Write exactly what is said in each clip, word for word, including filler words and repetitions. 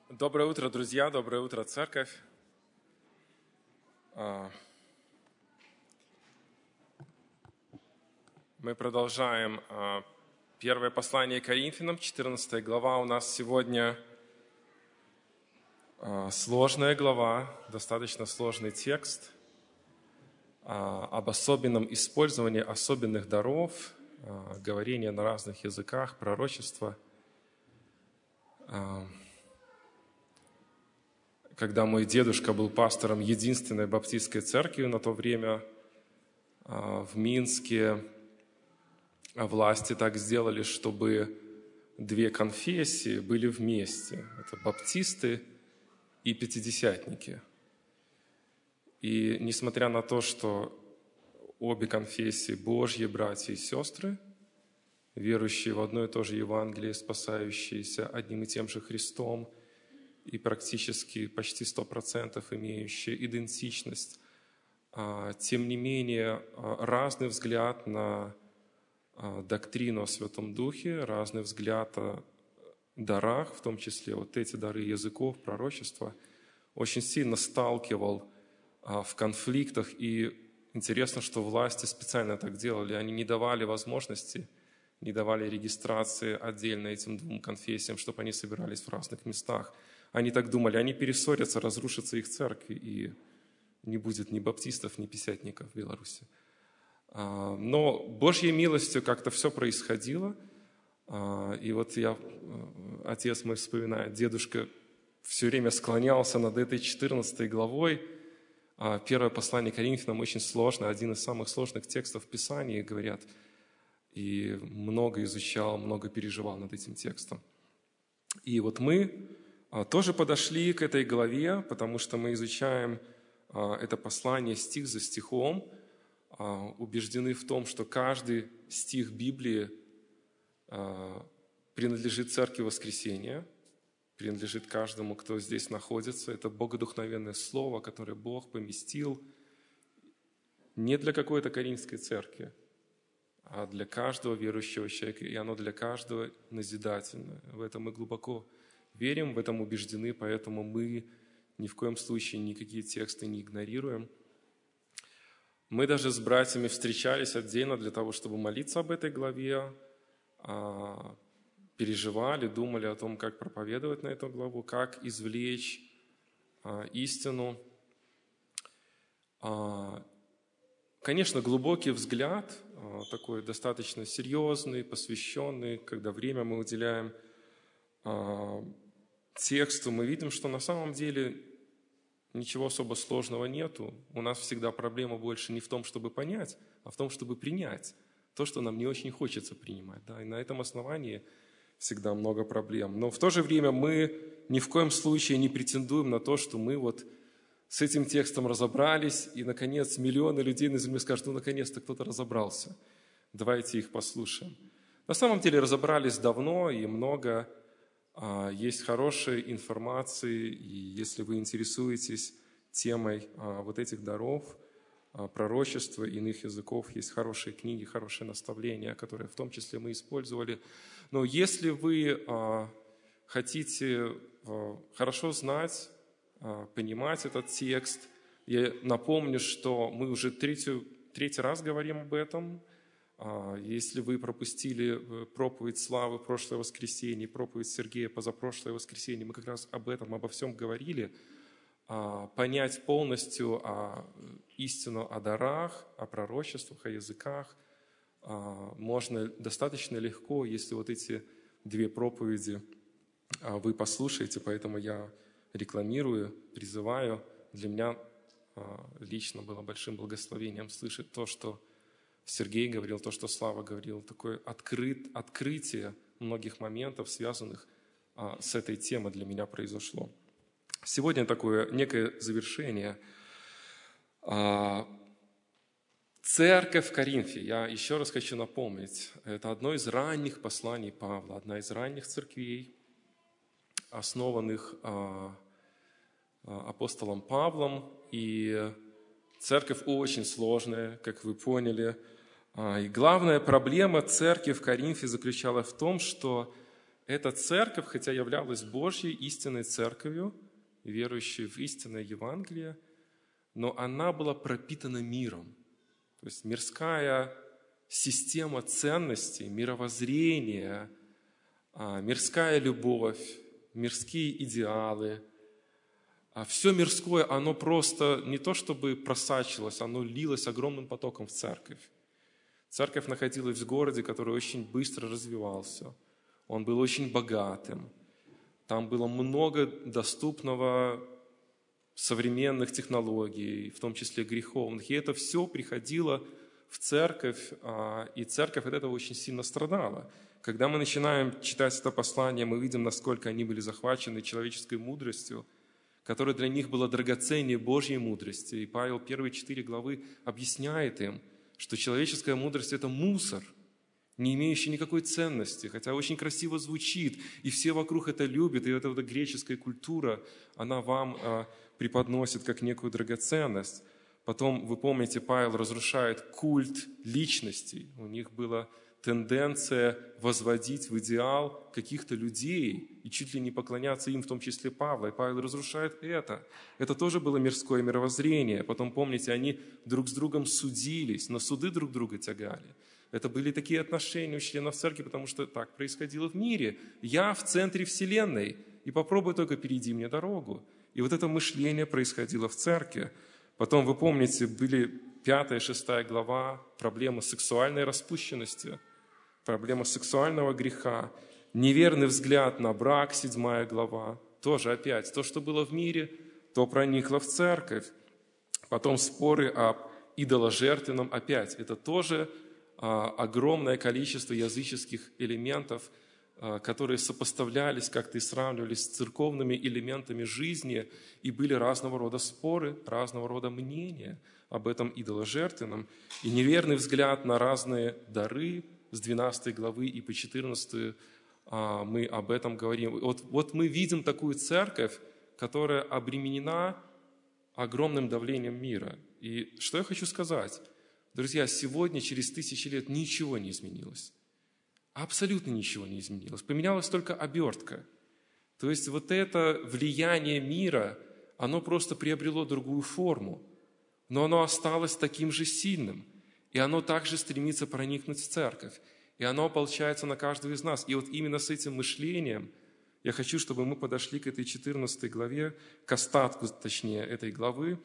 Доброе утро, друзья, доброе утро, церковь. Мы продолжаем первое послание Коринфянам, четырнадцатая глава. У нас сегодня сложная глава, достаточно сложный текст об особенном использовании особенных даров, говорение на разных языках, пророчество. Когда мой дедушка был пастором единственной баптистской церкви на то время в Минске, власти так сделали, чтобы две конфессии были вместе. Это баптисты и пятидесятники. И несмотря на то, что обе конфессии Божьи братья и сестры, верующие в одно и то же Евангелие, спасающиеся одним и тем же Христом, и практически почти сто процентов имеющие идентичность, тем не менее разный взгляд на доктрину о Святом Духе, разный взгляд о дарах, в том числе вот эти дары языков, пророчества, очень сильно сталкивал в конфликтах. И интересно, что власти специально так делали. Они не давали возможности, не давали регистрации отдельно этим двум конфессиям, чтобы они собирались в разных местах. Они так думали, они перессорятся, разрушатся их церкви, и не будет ни баптистов, ни пятидесятников в Беларуси. Но Божьей милостью как-то все происходило. И вот я, отец мой вспоминает, дедушка все время склонялся над этой четырнадцатой главой. Первое послание Коринфянам очень сложно, один из самых сложных текстов в Писании, говорят. И много изучал, много переживал над этим текстом. И вот мы тоже подошли к этой главе, потому что мы изучаем это послание стих за стихом, убеждены в том, что каждый стих Библии принадлежит Церкви Воскресения, принадлежит каждому, кто здесь находится. Это богодухновенное слово, которое Бог поместил не для какой-то коринфской церкви, а для каждого верующего человека, и оно для каждого назидательное. В этом мы глубоко верим, в этом убеждены, поэтому мы ни в коем случае никакие тексты не игнорируем. Мы даже с братьями встречались отдельно для того, чтобы молиться об этой главе, переживали, думали о том, как проповедовать на эту главу, как извлечь истину. Конечно, глубокий взгляд, такой достаточно серьезный, посвященный, когда время мы уделяем тексту, мы видим, что на самом деле ничего особо сложного нету. У нас всегда проблема больше не в том, чтобы понять, а в том, чтобы принять то, что нам не очень хочется принимать. Да? И на этом основании всегда много проблем. Но в то же время мы ни в коем случае не претендуем на то, что мы вот с этим текстом разобрались, и, наконец, миллионы людей на земле скажут, ну, наконец-то кто-то разобрался. Давайте их послушаем. На самом деле разобрались давно, и много есть хорошей информации, и если вы интересуетесь темой вот этих даров, пророчества, иных языков, есть хорошие книги, хорошие наставления, которые в том числе мы использовали. Но если вы хотите хорошо знать, понимать этот текст, я напомню, что мы уже третью, третий раз говорим об этом. Если вы пропустили проповедь Славы прошлое воскресенье, проповедь Сергея позапрошлое воскресенье, мы как раз об этом, обо всем говорили. Понять полностью истину о дарах, о пророчествах, о языках можно достаточно легко, если вот эти две проповеди вы послушаете. Поэтому я рекламирую, призываю. Для меня лично было большим благословением слышать то, что Сергей говорил, то, что Слава говорил, такое открыт, открытие многих моментов, связанных а, с этой темой, для меня произошло. Сегодня такое некое завершение. А, Церковь в Коринфе, я еще раз хочу напомнить, это одно из ранних посланий Павла, одна из ранних церквей, основанных а, а, апостолом Павлом. И церковь очень сложная, как вы поняли. И главная проблема церкви в Коринфе заключалась в том, что эта церковь, хотя являлась Божьей истинной церковью, верующей в истинное Евангелие, но она была пропитана миром. То есть мирская система ценностей, мировоззрение, мирская любовь, мирские идеалы, все мирское, оно просто не то чтобы просачивалось, оно лилось огромным потоком в церковь. Церковь находилась в городе, который очень быстро развивался. Он был очень богатым. Там было много доступного современных технологий, в том числе греховных. И это все приходило в церковь, и церковь от этого очень сильно страдала. Когда мы начинаем читать это послание, мы видим, насколько они были захвачены человеческой мудростью, которая для них была драгоценнее Божьей мудрости. И Павел первые четыре главы объясняет им, что человеческая мудрость – это мусор, не имеющий никакой ценности, хотя очень красиво звучит, и все вокруг это любят, и эта вот греческая культура, она вам а, преподносит как некую драгоценность. Потом, вы помните, Павел разрушает культ личностей. У них была тенденция возводить в идеал каких-то людей и чуть ли не поклоняться им, в том числе Павла. И Павел разрушает это. Это тоже было мирское мировоззрение. Потом, помните, они друг с другом судились, на суды друг друга тягали. Это были такие отношения у членов церкви, потому что так происходило в мире. Я в центре вселенной, и попробуй только перейди мне дорогу. И вот это мышление происходило в церкви. Потом, вы помните, были пятая, шестая глава, проблема сексуальной распущенности, проблема сексуального греха, неверный взгляд на брак, седьмая глава. Тоже опять, то, что было в мире, то проникло в церковь. Потом споры об идоложертвенном, опять, это тоже огромное количество языческих элементов, которые сопоставлялись как-то и сравнивались с церковными элементами жизни, и были разного рода споры, разного рода мнения об этом идоложертвенном. И неверный взгляд на разные дары с двенадцатой главы и по четырнадцатую мы об этом говорим. Вот, вот мы видим такую церковь, которая обременена огромным давлением мира. И что я хочу сказать? Друзья, сегодня, через тысячи лет, ничего не изменилось. Абсолютно ничего не изменилось. Поменялась только обертка. То есть вот это влияние мира, оно просто приобрело другую форму, но оно осталось таким же сильным. И оно также стремится проникнуть в церковь. И оно ополчается на каждого из нас. И вот именно с этим мышлением я хочу, чтобы мы подошли к этой четырнадцатой главе, к остатку, точнее, этой главы,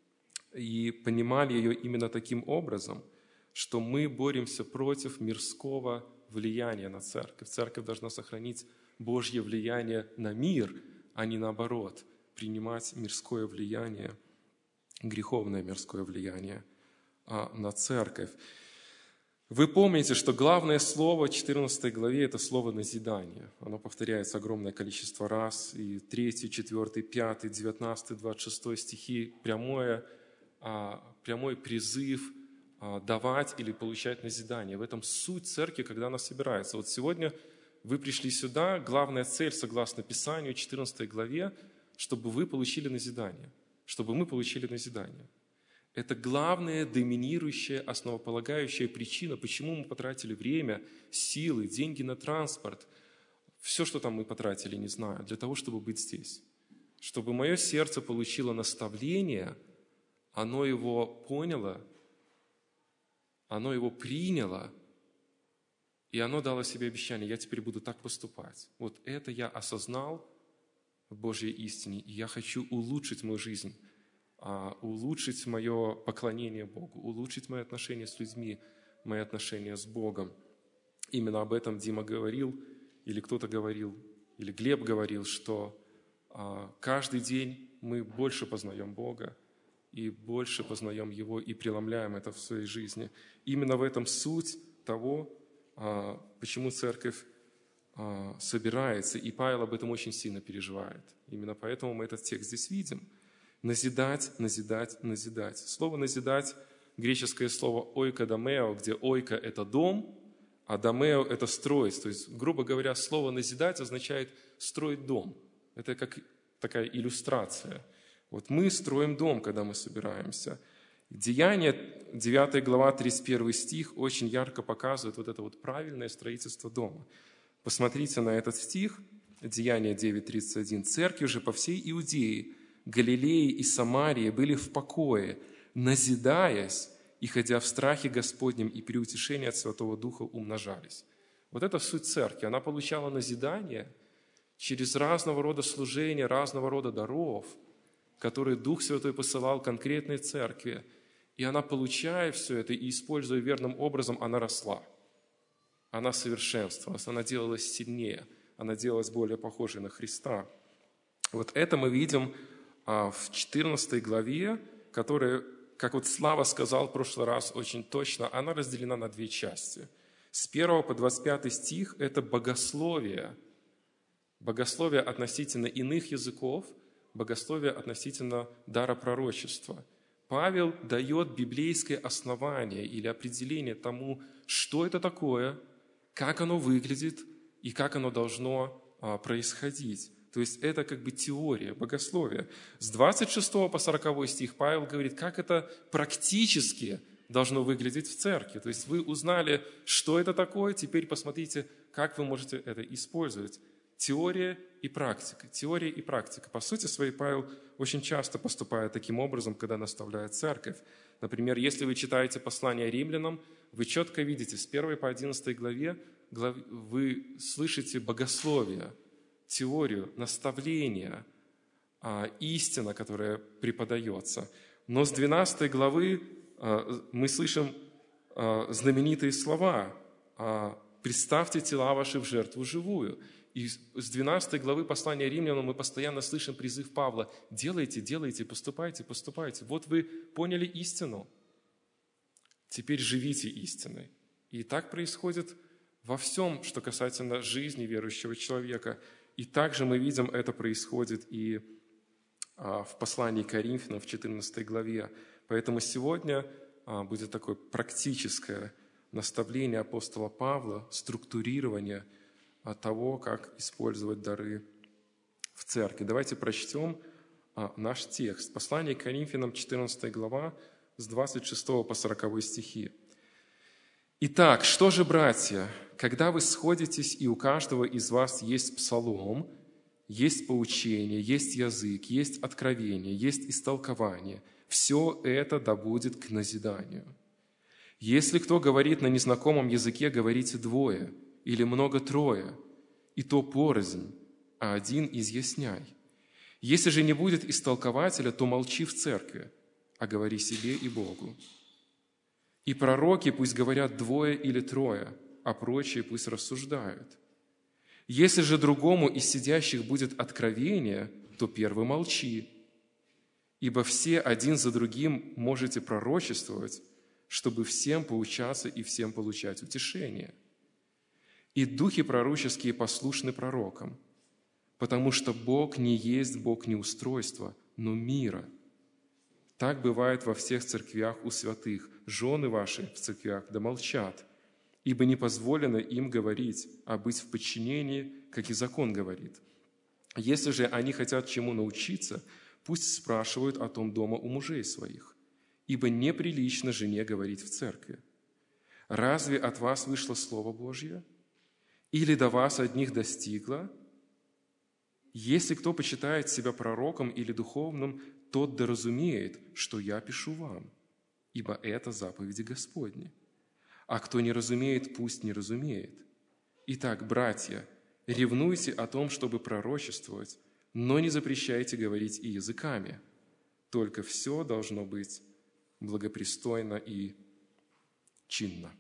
и понимали ее именно таким образом, что мы боремся против мирского влияния на церковь. Церковь должна сохранить Божье влияние на мир, а не наоборот, принимать мирское влияние, греховное мирское влияние на церковь. Вы помните, что главное слово в четырнадцатой главе – это слово «назидание». Оно повторяется огромное количество раз, и третий, четвертый, пятый, девятнадцатый, двадцать шестой стихи – прямое, прямой призыв давать или получать назидание. В этом суть церкви, когда она собирается. Вот сегодня вы пришли сюда, главная цель, согласно Писанию, четырнадцатой главе, чтобы вы получили назидание, чтобы мы получили назидание. Это главная, доминирующая, основополагающая причина, почему мы потратили время, силы, деньги на транспорт, все, что там мы потратили, не знаю, для того, чтобы быть здесь. Чтобы мое сердце получило наставление, оно его поняло, оно его приняло, и оно дало себе обещание: я теперь буду так поступать. Вот это я осознал в Божьей истине, и я хочу улучшить мою жизнь, улучшить мое поклонение Богу, улучшить мои отношения с людьми, мои отношения с Богом. Именно об этом Дима говорил, или кто-то говорил, или Глеб говорил, что каждый день мы больше познаем Бога, и больше познаем Его, и преломляем это в своей жизни. Именно в этом суть того, почему церковь собирается, и Павел об этом очень сильно переживает. Именно поэтому мы этот текст здесь видим. Назидать, назидать, назидать. Слово «назидать» – греческое слово «ойкодомео», где «ойка» – это дом, а «домео» – это строить. То есть, грубо говоря, слово «назидать» означает «строить дом». Это как такая иллюстрация. Вот мы строим дом, когда мы собираемся. Деяния, девятая глава, тридцать первый стих, очень ярко показывает вот это вот правильное строительство дома. Посмотрите на этот стих, Деяния девять тридцать один. «Церкви же по всей Иудее, Галилее и Самарии были в покое, назидаясь и, ходя в страхе Господнем и при утешении от Святого Духа, умножались». Вот это суть церкви. Она получала назидание через разного рода служения, разного рода даров, которые Дух Святой посылал конкретной церкви. И она, получая все это и используя верным образом, она росла. Она совершенствовалась, она делалась сильнее, она делалась более похожей на Христа. Вот это мы видим в четырнадцатой главе, которая, как вот Слава сказал в прошлый раз очень точно, она разделена на две части. С первого по двадцать пятый стих – это богословие. Богословие относительно иных языков, богословие относительно дара пророчества. Павел дает библейское основание или определение тому, что это такое, как оно выглядит и как оно должно происходить. То есть это как бы теория, богословие. С двадцать шестого по сороковой стих Павел говорит, как это практически должно выглядеть в церкви. То есть вы узнали, что это такое, теперь посмотрите, как вы можете это использовать. Теория и практика. Теория и практика. По сути своей, Павел очень часто поступает таким образом, когда наставляет церковь. Например, если вы читаете послание римлянам, вы четко видите, с первой по одиннадцатой главе вы слышите богословие, теорию, наставление, истина, которая преподается. Но с двенадцатой главы мы слышим знаменитые слова «Представьте тела ваши в жертву живую». И с двенадцатой главы послания римлянам мы постоянно слышим призыв Павла «Делайте, делайте, поступайте, поступайте». Вот вы поняли истину, теперь живите истиной. И так происходит во всем, что касательно жизни верующего человека. И также мы видим, это происходит и в послании к Коринфянам в четырнадцатой главе. Поэтому сегодня будет такое практическое наставление апостола Павла, структурирование того, как использовать дары в церкви. Давайте прочтем наш текст. Послание к Коринфянам, четырнадцатая глава, с двадцать шестого по сороковой стихи. «Итак, что же, братья, когда вы сходитесь, и у каждого из вас есть псалом, есть поучение, есть язык, есть откровение, есть истолкование, все это да будет к назиданию. Если кто говорит на незнакомом языке, говорите двое, или много-трое, и то порознь, а один изъясняй. Если же не будет истолкователя, то молчи в церкви, а говори себе и Богу. И пророки пусть говорят двое или трое, а прочие пусть рассуждают. Если же другому из сидящих будет откровение, то первый молчи, ибо все один за другим можете пророчествовать, чтобы всем поучаться и всем получать утешение. И духи пророческие послушны пророкам, потому что Бог не есть Бог неустройства, но мира. Так бывает во всех церквях у святых. Жены ваши в церквях да молчат, ибо не позволено им говорить, а быть в подчинении, как и закон говорит. Если же они хотят чему научиться, пусть спрашивают о том дома у мужей своих, ибо неприлично жене говорить в церкви. Разве от вас вышло Слово Божье? Или до вас одних достигло? Если кто почитает себя пророком или духовным, тот да разумеет, что я пишу вам, ибо это заповеди Господни. А кто не разумеет, пусть не разумеет. Итак, братья, ревнуйте о том, чтобы пророчествовать, но не запрещайте говорить и языками. Только все должно быть благопристойно и чинно».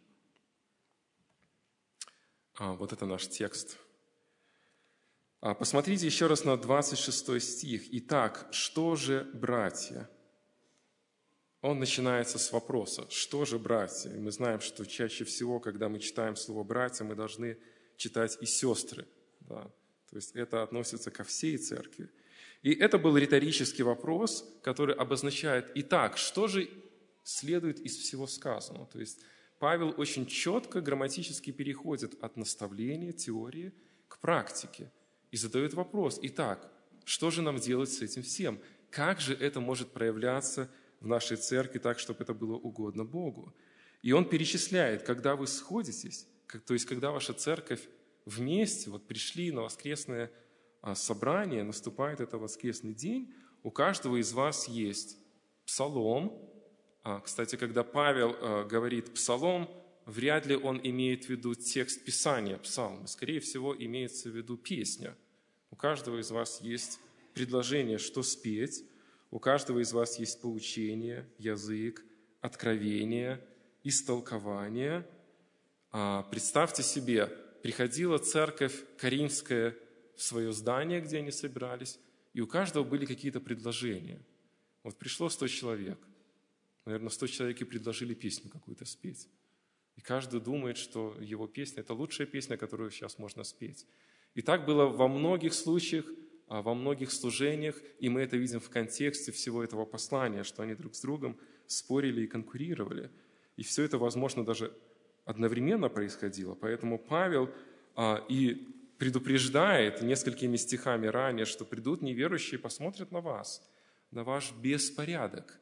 А, вот это наш текст. А, посмотрите еще раз на двадцать шестой стих. «Итак, что же, братья?» Он начинается с вопроса «Что же, братья?» И мы знаем, что чаще всего, когда мы читаем слово «братья», мы должны читать и «сестры». Да? То есть это относится ко всей церкви. И это был риторический вопрос, который обозначает «Итак, что же следует из всего сказанного?» То есть Павел очень четко грамматически переходит от наставления, теории к практике и задает вопрос: итак, что же нам делать с этим всем? Как же это может проявляться в нашей церкви так, чтобы это было угодно Богу? И он перечисляет, когда вы сходитесь, то есть когда ваша церковь вместе, вот пришли на воскресное собрание, наступает это воскресный день, у каждого из вас есть псалом. Кстати, когда Павел говорит «псалом», вряд ли он имеет в виду текст Писания, псалмы. Скорее всего, имеется в виду песня. У каждого из вас есть предложение, что спеть. У каждого из вас есть поучение, язык, откровение, истолкование. Представьте себе, приходила церковь Коринфская в свое здание, где они собирались, и у каждого были какие-то предложения. Вот пришло сто человек. Наверное, сто человек и предложили песню какую-то спеть. И каждый думает, что его песня – это лучшая песня, которую сейчас можно спеть. И так было во многих случаях, во многих служениях, и мы это видим в контексте всего этого послания, что они друг с другом спорили и конкурировали. И все это, возможно, даже одновременно происходило. Поэтому Павел а, и предупреждает несколькими стихами ранее, что придут неверующие и посмотрят на вас, на ваш беспорядок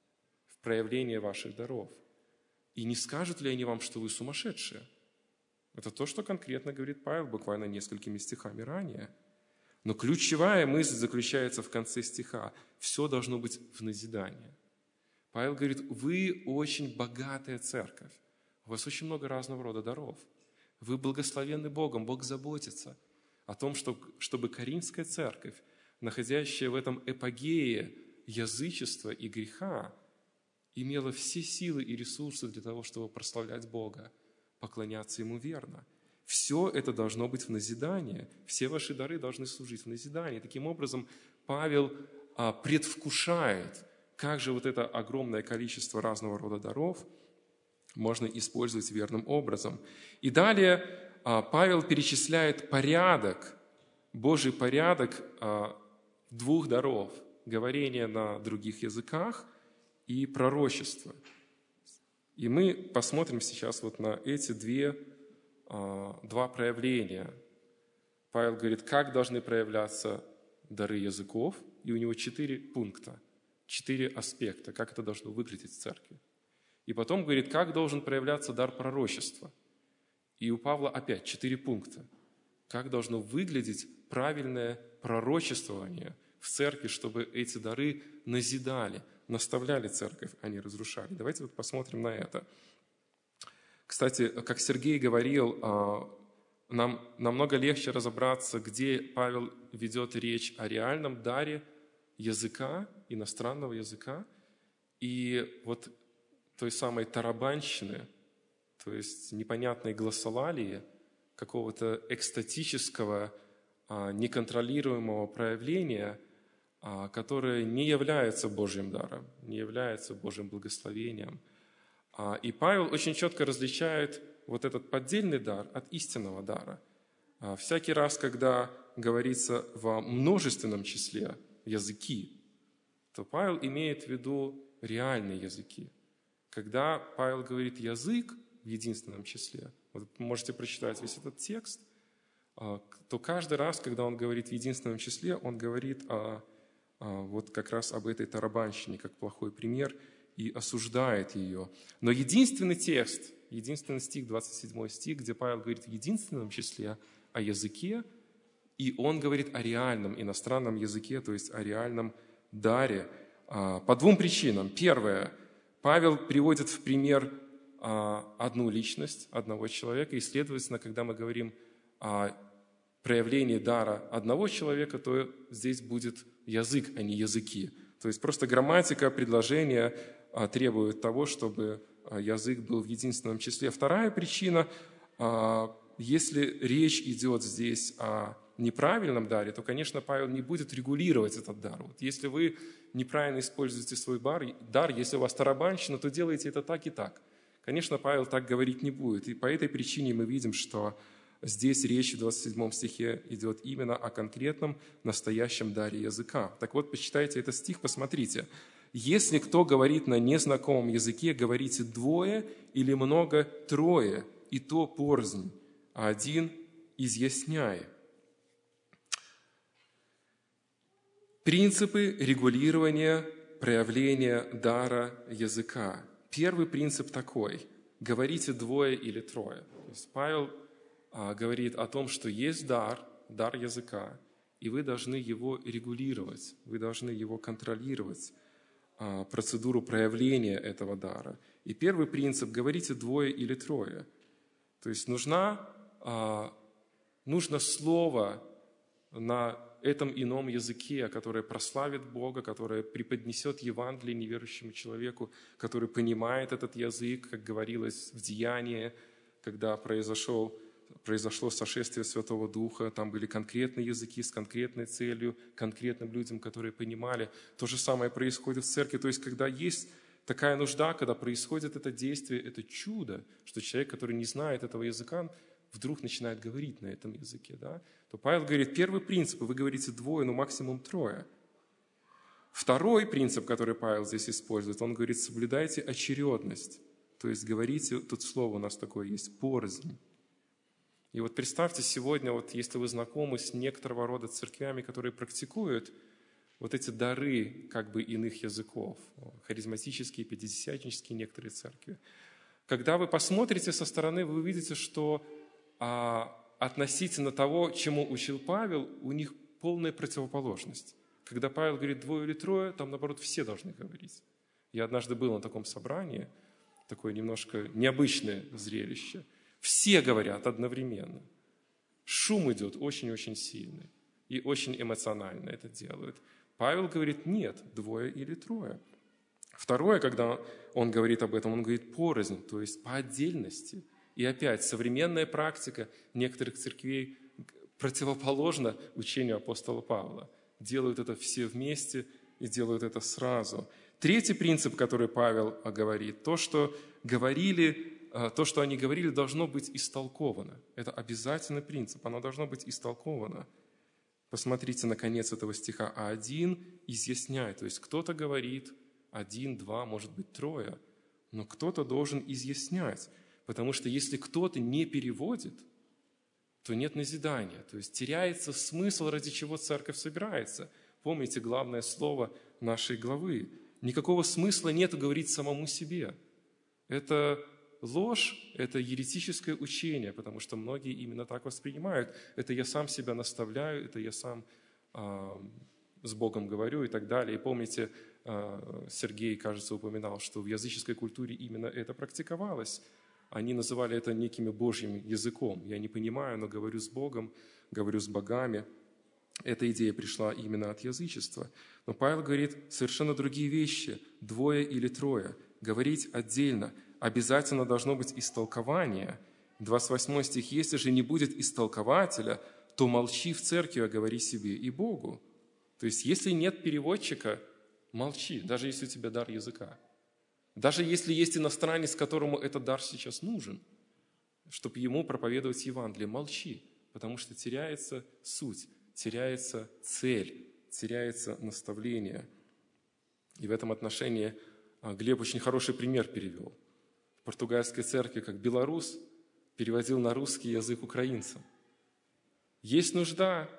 в проявлении ваших даров. И не скажут ли они вам, что вы сумасшедшие? Это то, что конкретно говорит Павел буквально несколькими стихами ранее. Но ключевая мысль заключается в конце стиха. Все должно быть в назидании. Павел говорит, вы очень богатая церковь. У вас очень много разного рода даров. Вы благословенны Богом, Бог заботится о том, чтобы Коринфская церковь, находящая в этом эпогее язычества и греха, имела все силы и ресурсы для того, чтобы прославлять Бога, поклоняться Ему верно. Все это должно быть в назидании. Все ваши дары должны служить в назидании. Таким образом, Павел а, предвкушает, как же вот это огромное количество разного рода даров можно использовать верным образом. И далее а, Павел перечисляет порядок, Божий порядок а, двух даров. Говорение на других языках и пророчество. И мы посмотрим сейчас вот на эти две, два проявления. Павел говорит, как должны проявляться дары языков, и у него четыре пункта, четыре аспекта, как это должно выглядеть в церкви. И потом говорит, как должен проявляться дар пророчества. И у Павла опять четыре пункта. Как должно выглядеть правильное пророчествование в церкви, чтобы эти дары назидали, наставляли церковь, а не разрушали. Давайте вот посмотрим на это. Кстати, как Сергей говорил, нам намного легче разобраться, где Павел ведет речь о реальном даре языка, иностранного языка, и вот той самой тарабанщины, то есть непонятной глоссолалии, какого-то экстатического, неконтролируемого проявления, которое не является Божьим даром, не является Божьим благословением. И Павел очень четко различает вот этот поддельный дар от истинного дара. Всякий раз, когда говорится во множественном числе языки, то Павел имеет в виду реальные языки. Когда Павел говорит «язык» в единственном числе, вот можете прочитать весь этот текст, то каждый раз, когда он говорит в единственном числе, он говорит о вот как раз об этой тарабанщине, как плохой пример, и осуждает ее. Но единственный текст, единственный стих, двадцать седьмой стих, где Павел говорит в единственном числе о языке, и он говорит о реальном иностранном языке, то есть о реальном даре, по двум причинам. Первое, Павел приводит в пример одну личность, одного человека, и, следовательно, когда мы говорим о проявлении дара одного человека, то здесь будет язык, а не языки. То есть просто грамматика предложения требует того, чтобы язык был в единственном числе. Вторая причина, если речь идет здесь о неправильном даре, то, конечно, Павел не будет регулировать этот дар. Вот если вы неправильно используете свой дар, если у вас тарабанщина, то делайте это так и так. Конечно, Павел так говорить не будет. И по этой причине мы видим, что здесь речь в двадцать седьмом стихе идет именно о конкретном настоящем даре языка. Так вот, почитайте этот стих, посмотрите. «Если кто говорит на незнакомом языке, говорите двое или много трое, и то порознь, а один изъясняй». Принципы регулирования проявления дара языка. Первый принцип такой – говорите двое или трое. То есть Павел а, говорит о том, что есть дар, дар языка, и вы должны его регулировать, вы должны его контролировать, а, процедуру проявления этого дара. И первый принцип – говорите двое или трое. То есть нужна, а, нужно слово на этом ином языке, которое прославит Бога, которое преподнесет Евангелие неверующему человеку, который понимает этот язык, как говорилось в Деянии, когда произошел, произошло сошествие Святого Духа, там были конкретные языки с конкретной целью, конкретным людям, которые понимали. То же самое происходит в церкви. То есть, когда есть такая нужда, когда происходит это действие, это чудо, что человек, который не знает этого языка, вдруг начинает говорить на этом языке, да, то Павел говорит, первый принцип, вы говорите двое, но максимум трое. Второй принцип, который Павел здесь использует, он говорит, соблюдайте очередность. То есть говорите, тут слово у нас такое есть, порознь. И вот представьте сегодня, вот если вы знакомы с некоторого рода церквями, которые практикуют вот эти дары как бы иных языков, харизматические, пятидесятнические некоторые церкви. Когда вы посмотрите со стороны, вы увидите, что а, относительно того, чему учил Павел, у них полная противоположность. Когда Павел говорит двое или трое, там, наоборот, все должны говорить. Я однажды был на таком собрании, такое немножко необычное зрелище. Все говорят одновременно. Шум идет очень-очень сильный и очень эмоционально это делают. Павел говорит, нет, двое или трое. Второе, когда он говорит об этом, он говорит порознь, то есть по отдельности. И опять, современная практика некоторых церквей противоположна учению апостола Павла. Делают это все вместе и делают это сразу. Третий принцип, который Павел говорит, то, что говорили, то, что они говорили, должно быть истолковано. Это обязательный принцип, оно должно быть истолковано. Посмотрите на конец этого стиха. А один изъясняет. То есть кто-то говорит, один, два, может быть, трое, но кто-то должен изъяснять. Потому что если кто-то не переводит, то нет назидания. То есть теряется смысл, ради чего церковь собирается. Помните главное слово нашей главы. Никакого смысла нет говорить самому себе. Это ложь, это еретическое учение, потому что многие именно так воспринимают. Это я сам себя наставляю, это я сам а, с Богом говорю и так далее. И помните, а, Сергей, кажется, упоминал, что в языческой культуре именно это практиковалось. Они называли это неким Божьим языком. Я не понимаю, но говорю с Богом, говорю с богами. Эта идея пришла именно от язычества. Но Павел говорит совершенно другие вещи. Двое или трое. Говорить отдельно. Обязательно должно быть истолкование. двадцать восьмой стих. «Если же не будет истолкователя, то молчи в церкви, а говори себе и Богу». То есть, если нет переводчика, молчи, даже если у тебя дар языка. Даже если есть иностранец, которому этот дар сейчас нужен, чтобы ему проповедовать Евангелие, молчи, потому что теряется суть, теряется цель, теряется наставление. И в этом отношении Глеб очень хороший пример перевел. В португальской церкви, как белорус, переводил на русский язык украинцам. Есть нужда,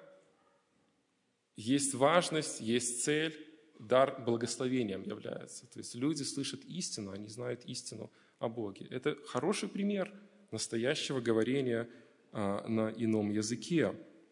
есть важность, есть цель. Дар благословением является. То есть люди слышат истину, они знают истину о Боге. Это хороший пример настоящего говорения а, на ином языке.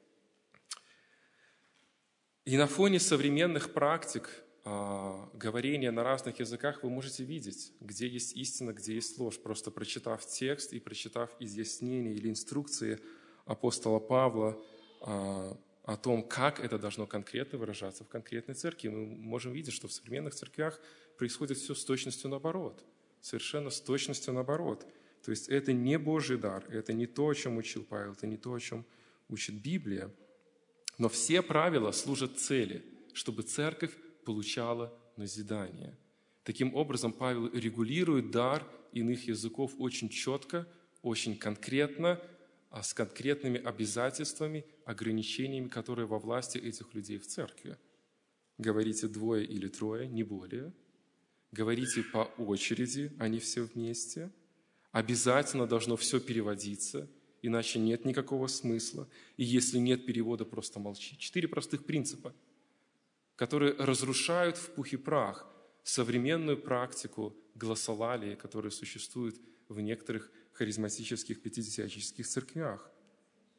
И на фоне современных практик а, говорения на разных языках вы можете видеть, где есть истина, где есть ложь, просто прочитав текст и прочитав изъяснения или инструкции апостола Павла а, о том, как это должно конкретно выражаться в конкретной церкви. Мы можем видеть, что в современных церквях происходит все с точностью наоборот. Совершенно с точностью наоборот. То есть это не Божий дар, это не то, о чем учил Павел, это не то, о чем учит Библия. Но все правила служат цели, чтобы церковь получала назидание. Таким образом, Павел регулирует дар иных языков очень четко, очень конкретно, а с конкретными обязательствами, ограничениями, которые во власти этих людей в церкви. Говорите двое или трое, не более. Говорите по очереди, а не все вместе. Обязательно должно все переводиться, иначе нет никакого смысла. И если нет перевода, просто молчи. Четыре простых принципа, которые разрушают в пух и прах современную практику гласолалии, которая существует в некоторых харизматических, пятидесятнических церквях.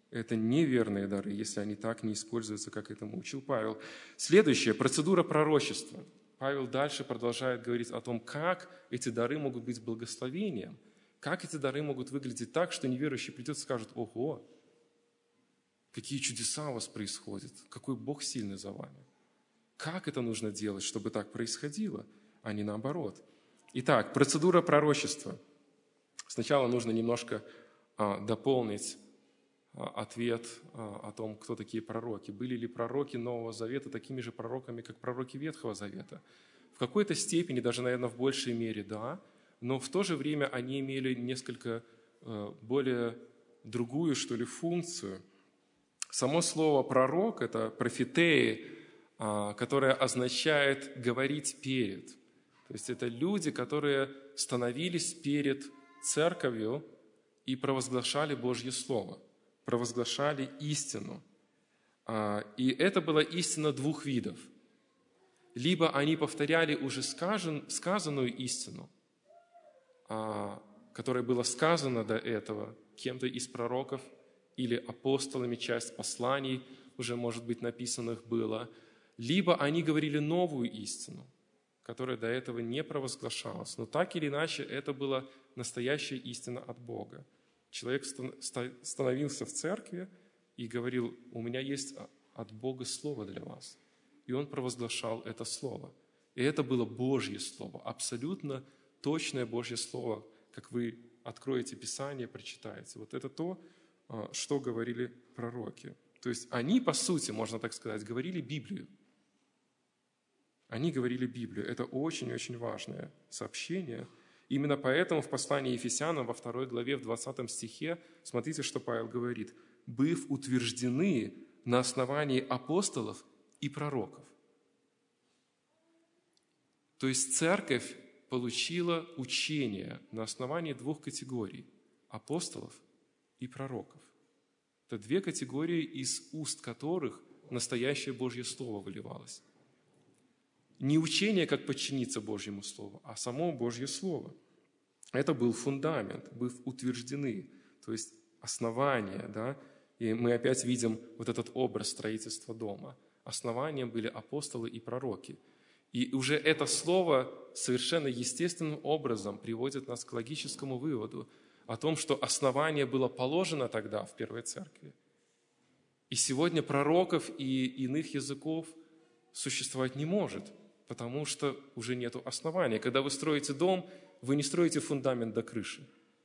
Это неверные дары, если они так не используются, как этому учил Павел. Следующее – процедура пророчества. Павел дальше продолжает говорить о том, как эти дары могут быть благословением, как эти дары могут выглядеть так, что неверующий придет и скажет: «Ого, какие чудеса у вас происходят, какой Бог сильный за вами». Как это нужно делать, чтобы так происходило, а не наоборот? Итак, процедура пророчества. Сначала нужно немножко а, дополнить а, ответ а, о том, кто такие пророки. Были ли пророки Нового Завета такими же пророками, как пророки Ветхого Завета? В какой-то степени, даже, наверное, в большей мере, да, но в то же время они имели несколько а, более другую, что ли, функцию. Само слово «пророк» – это «профетеи», которое означает «говорить перед». То есть это люди, которые становились перед церковью и провозглашали Божье Слово, провозглашали истину. И это была истина двух видов. Либо они повторяли уже сказанную истину, которая была сказана до этого кем-то из пророков или апостолами, часть посланий уже, может быть, написанных было, либо они говорили новую истину, которая до этого не провозглашалась. Но так или иначе, это была настоящая истина от Бога. Человек становился в церкви и говорил: «У меня есть от Бога слово для вас». И он провозглашал это слово. И это было Божье слово, абсолютно точное Божье слово, как вы откроете Писание, прочитаете. Вот это то, что говорили пророки. То есть они, по сути, можно так сказать, говорили Библию. Они говорили Библию. Это очень-очень важное сообщение. Именно поэтому в послании Ефесянам во второй главе, в двадцатом стихе, смотрите, что Павел говорит: «Быв утверждены на основании апостолов и пророков». То есть церковь получила учение на основании двух категорий – апостолов и пророков. Это две категории, из уст которых настоящее Божье Слово выливалось. Не учение, как подчиниться Божьему Слову, а само Божье Слово. Это был фундамент, быв утверждены, то есть основание. Да? И мы опять видим вот этот образ строительства дома. Основанием были апостолы и пророки. И уже это слово совершенно естественным образом приводит нас к логическому выводу о том, что основание было положено тогда в Первой Церкви. И сегодня пророков и иных языков существовать не может, потому что уже нет основания. Когда вы строите дом, вы не строите фундамент до крыши.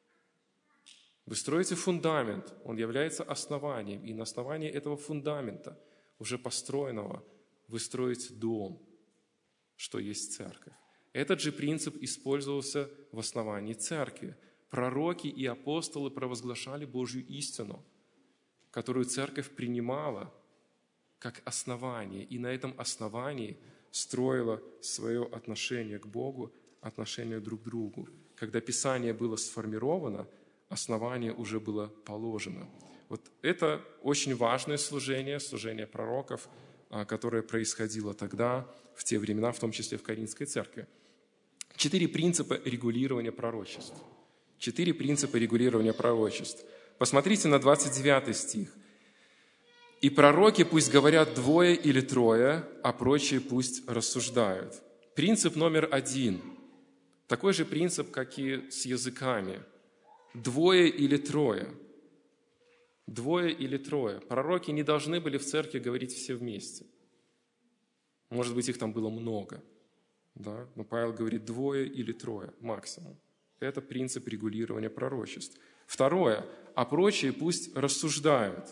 Вы строите фундамент, он является основанием, и на основании этого фундамента, уже построенного, вы строите дом, что есть церковь. Этот же принцип использовался в основании церкви. Пророки и апостолы провозглашали Божью истину, которую церковь принимала как основание, и на этом основании строила свое отношение к Богу, отношение друг к другу. Когда Писание было сформировано, основание уже было положено. Вот это очень важное служение, служение пророков, которое происходило тогда, в те времена, в том числе в Коринфской церкви. Четыре принципа регулирования пророчеств. Четыре принципа регулирования пророчеств. Посмотрите на двадцать девятый стих. «И пророки пусть говорят двое или трое, а прочие пусть рассуждают». Принцип номер один. Такой же принцип, как и с языками. Двое или трое. Двое или трое. Пророки не должны были в церкви говорить все вместе. Может быть, их там было много. Да? Но Павел говорит двое или трое максимум. Это принцип регулирования пророчеств. Второе. А прочие пусть рассуждают.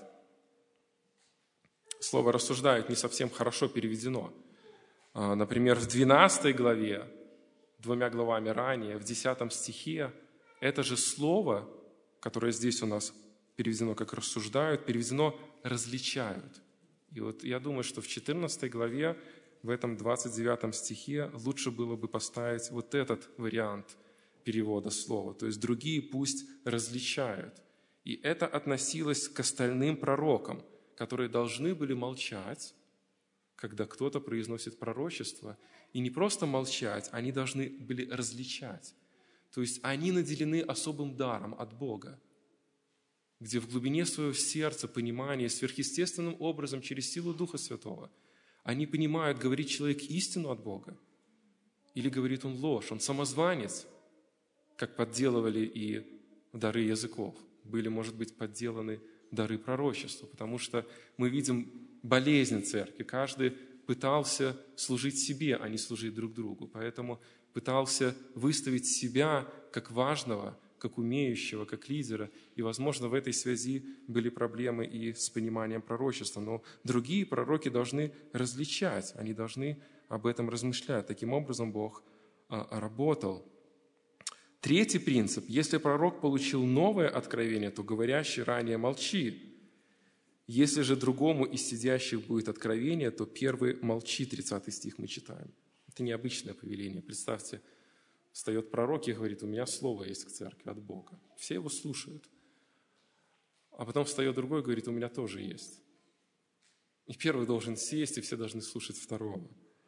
Слово «рассуждают» не совсем хорошо переведено. Например, в двенадцатой главе, двумя главами ранее, в десятом стихе, это же слово, которое здесь у нас переведено как «рассуждают», переведено «различают». И вот я думаю, что в четырнадцатой главе, в этом двадцать девятом стихе, лучше было бы поставить вот этот вариант перевода слова. То есть другие пусть различают. И это относилось к остальным пророкам, которые должны были молчать, когда кто-то произносит пророчество, и не просто молчать, они должны были различать. То есть они наделены особым даром от Бога. где в глубине своего сердца понимание сверхъестественным образом через силу Духа Святого они понимают, говорит человек истину от Бога или говорит он ложь, он самозванец, как подделывали и дары языков. Были, может быть, подделаны дары пророчества, потому что мы видим болезнь церкви. Каждый пытался служить себе, а не служить друг другу. Поэтому пытался выставить себя как важного, как умеющего, как лидера. И, возможно, в этой связи были проблемы и с пониманием пророчества. Но другие пророки должны различать, они должны об этом размышлять. Таким образом, Бог а, работал. Третий принцип. Если пророк получил новое откровение, то говорящий ранее молчи. Если же другому из сидящих будет откровение, то первый молчи, тридцатый стих мы читаем. Это необычное повеление. Представьте, встает пророк и говорит, у меня слово есть к церкви от Бога. Все его слушают. А потом встает другой и говорит, у меня тоже есть. И первый должен сесть, и все должны слушать второго.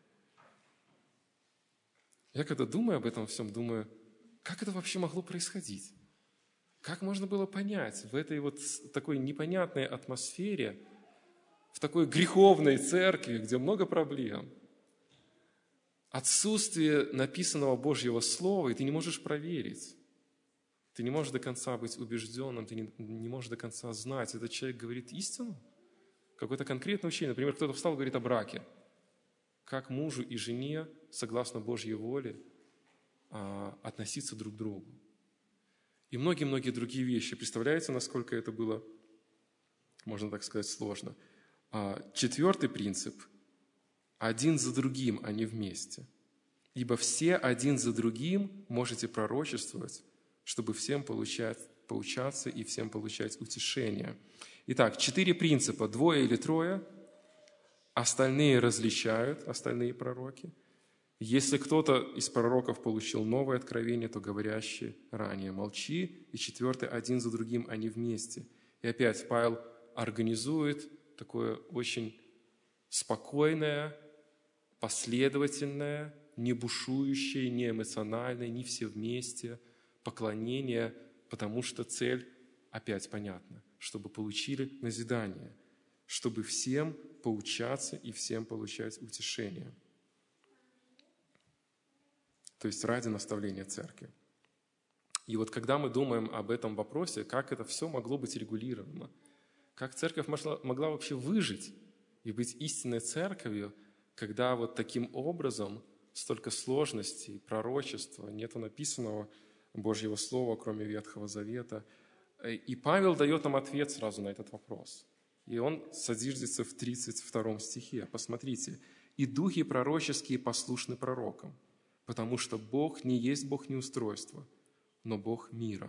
Я когда думаю об этом всем, думаю, как это вообще могло происходить? Как можно было понять в этой вот такой непонятной атмосфере, в такой греховной церкви, где много проблем, отсутствие написанного Божьего Слова, и ты не можешь проверить. Ты не можешь до конца быть убежденным, ты не, не можешь до конца знать, этот человек говорит истину, какое-то конкретное учение. Например, кто-то встал и говорит о браке. Как мужу и жене, согласно Божьей воле, относиться друг к другу. И многие-многие другие вещи. Представляете, насколько это было, можно так сказать, сложно. Четвертый принцип – один за другим, а не вместе. Ибо все один за другим можете пророчествовать, чтобы всем получать, поучаться и всем получать утешение. Итак, четыре принципа. Двое или трое. Остальные различают, остальные пророки. Если кто-то из пророков получил новое откровение, то говорящий ранее молчи. И четвертый, один за другим, а не вместе. И опять Павел организует такое очень спокойное, последовательное, не бушующее, не эмоциональное, не все вместе поклонение, потому что цель опять понятна, чтобы получили назидание, чтобы всем поучаться и всем получать утешение. То есть ради наставления церкви. И вот когда мы думаем об этом вопросе, как это все могло быть регулировано, как церковь могла, могла вообще выжить и быть истинной церковью, когда вот таким образом столько сложностей, пророчества, нету написанного Божьего Слова, кроме Ветхого Завета. И Павел дает нам ответ сразу на этот вопрос. И он содержится в тридцать втором стихе. Посмотрите. «И духи пророческие послушны пророкам, потому что Бог не есть Бог неустройства, но Бог мира.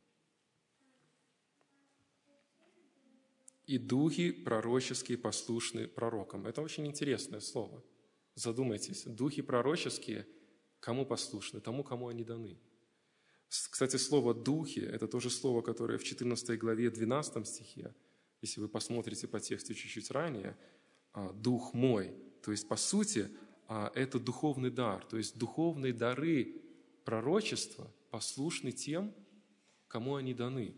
И духи пророческие послушны пророкам». Это очень интересное слово. Задумайтесь. Духи пророческие кому послушны? Тому, кому они даны. Кстати, слово «духи» – это то же слово, которое в четырнадцатой главе, двенадцатом стихе, если вы посмотрите по тексту чуть-чуть ранее, «дух мой». То есть, по сути, это духовный дар. То есть, духовные дары пророчества послушны тем, кому они даны.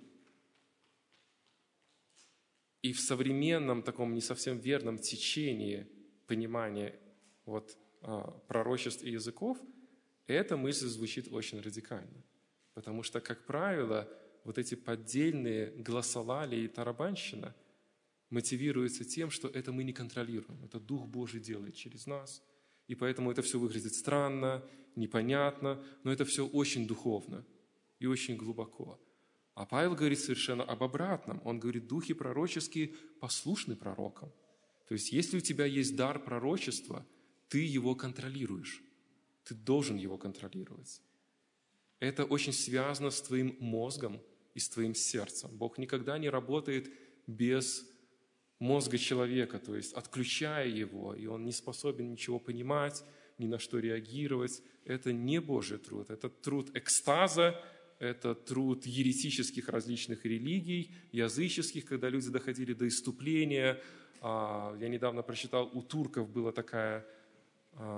И в современном таком не совсем верном течении понимания вот, пророчеств и языков эта мысль звучит очень радикально. Потому что, как правило, вот эти поддельные гласолалии и тарабанщина мотивируются тем, что это мы не контролируем. Это Дух Божий делает через нас. И поэтому это все выглядит странно, непонятно, но это все очень духовно и очень глубоко. А Павел говорит совершенно об обратном. Он говорит, духи пророческие послушны пророкам. То есть, если у тебя есть дар пророчества, ты его контролируешь. Ты должен его контролировать. Это очень связано с твоим мозгом и с твоим сердцем. Бог никогда не работает без мозга человека, то есть отключая его, и он не способен ничего понимать, ни на что реагировать. Это не Божий труд, это труд экстаза, это труд еретических различных религий, языческих, когда люди доходили до исступления. Я недавно прочитал, у турков была такая,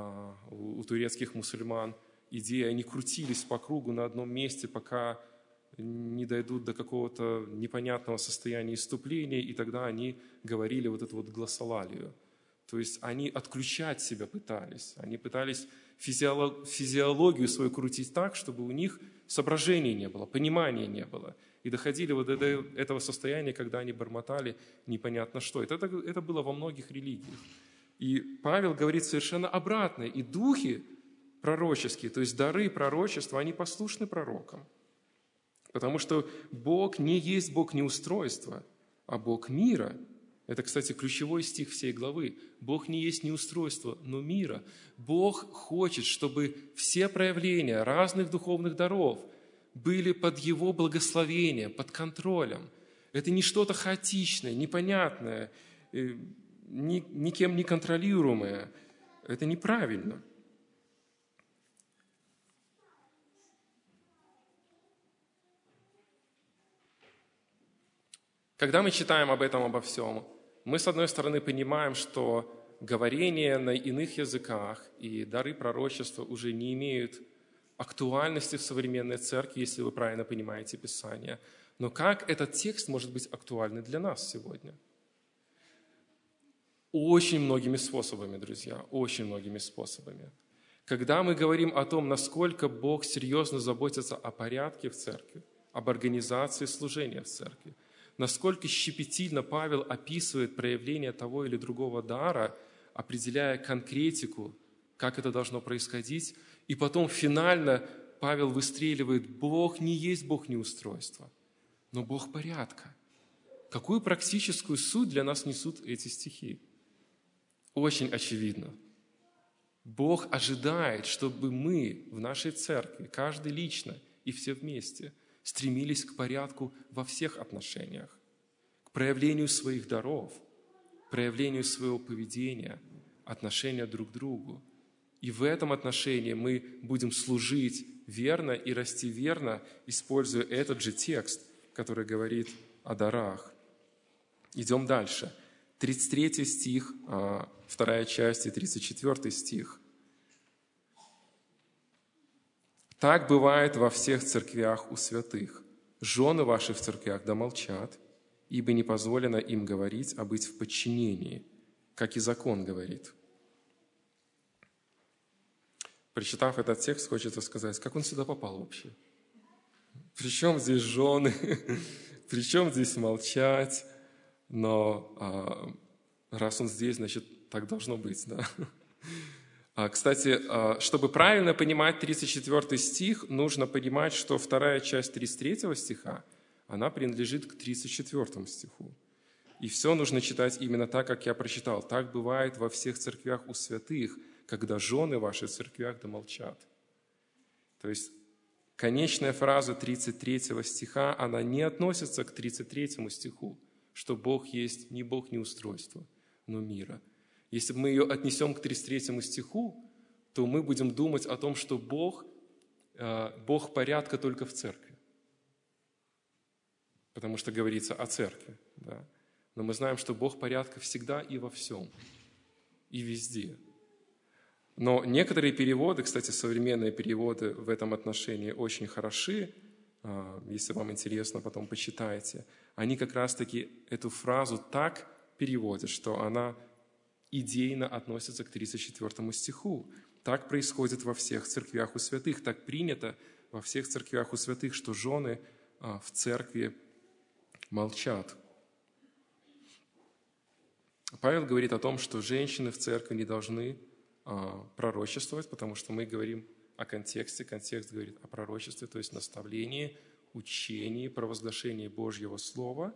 у турецких мусульман, идея, они крутились по кругу на одном месте, пока не дойдут до какого-то непонятного состояния исступления, и тогда они говорили вот эту вот гласолалию. То есть они отключать себя пытались, они пытались физиологию свою крутить так, чтобы у них соображения не было, понимания не было. И доходили вот до этого состояния, когда они бормотали непонятно что. Это, это было во многих религиях. И Павел говорит совершенно обратное. И духи пророческие, то есть дары пророчества, они послушны пророкам. Потому что Бог не есть Бог неустройства, а Бог мира. Это, кстати, ключевой стих всей главы. Бог не есть неустройство, но мира. Бог хочет, чтобы все проявления разных духовных даров были под Его благословением, под контролем. Это не что-то хаотичное, непонятное, ни, никем не контролируемое. Это неправильно. Когда мы читаем об этом, обо всем, мы, с одной стороны, понимаем, что говорение на иных языках и дары пророчества уже не имеют актуальности в современной церкви, если вы правильно понимаете Писание. Но как этот текст может быть актуальным для нас сегодня? Очень многими способами, друзья, очень многими способами. Когда мы говорим о том, насколько Бог серьезно заботится о порядке в церкви, об организации служения в церкви, насколько щепетильно Павел описывает проявление того или другого дара, определяя конкретику, как это должно происходить, и потом финально Павел выстреливает: Бог не есть Бог неустройства, но Бог порядка. Какую практическую суть для нас несут эти стихи? Очень очевидно. Бог ожидает, чтобы мы в нашей церкви, каждый лично и все вместе, стремились к порядку во всех отношениях, к проявлению своих даров, проявлению своего поведения, отношения друг к другу. И в этом отношении мы будем служить верно и расти верно, используя этот же текст, который говорит о дарах. Идем дальше. тридцать третий стих, вторая часть и тридцать четвёртый стих. «Так бывает во всех церквях у святых. Жены ваши в церквях да молчат, ибо не позволено им говорить, а быть в подчинении, как и закон говорит». Прочитав этот текст, хочется сказать, как он сюда попал вообще? Причем здесь жены? Причем здесь молчать? Но а, раз он здесь, значит, так должно быть, да? А, кстати, а, чтобы правильно понимать тридцать четвёртый стих, нужно понимать, что вторая часть тридцать третьего стиха, она принадлежит к тридцать четвёртому стиху. И все нужно читать именно так, как я прочитал. «Так бывает во всех церквях у святых, когда жены ваши в церквях да молчат». То есть конечная фраза тридцать третьего стиха, она не относится к тридцать третьему стиху, что Бог есть не Бог неустройства, но мира. Если мы ее отнесем к тридцать третьему стиху, то мы будем думать о том, что Бог, Бог порядка только в церкви. Потому что говорится о церкви. Да? Но мы знаем, что Бог порядка всегда и во всем, и везде. Но некоторые переводы, кстати, современные переводы в этом отношении очень хороши. Если вам интересно, потом почитайте. Они как раз-таки эту фразу так переводят, что она идейно относится к тридцать четвёртому стиху. Так происходит во всех церквях у святых. Так принято во всех церквях у святых, что жены в церкви молчат. Павел говорит о том, что женщины в церкви не должны пророчествовать, потому что мы говорим о контексте. Контекст говорит о пророчестве, то есть наставлении, учении, провозглашении Божьего Слова.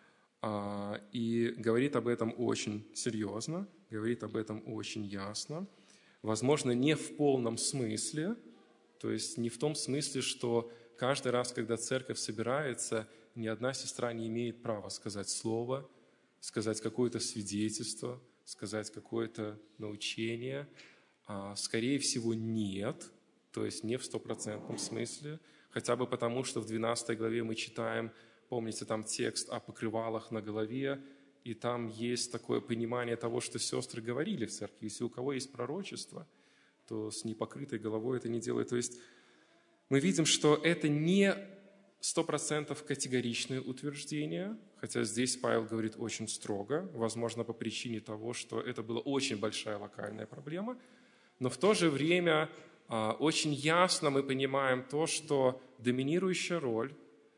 И говорит об этом очень серьезно, говорит об этом очень ясно. Возможно, не в полном смысле, то есть не в том смысле, что каждый раз, когда церковь собирается, ни одна сестра не имеет права сказать слово, сказать какое-то свидетельство, сказать какое-то научение. Скорее всего, нет, то есть не в стопроцентном смысле, хотя бы потому, что в двенадцатой главе мы читаем, помните, там текст о покрывалах на голове, и там есть такое понимание того, что сестры говорили в церкви. Если у кого есть пророчество, то с непокрытой головой это не делает. То есть мы видим, что это не сто процентов категоричные утверждения, хотя здесь Павел говорит очень строго, возможно, по причине того, что это была очень большая локальная проблема, но в то же время очень ясно мы понимаем то, что доминирующая роль,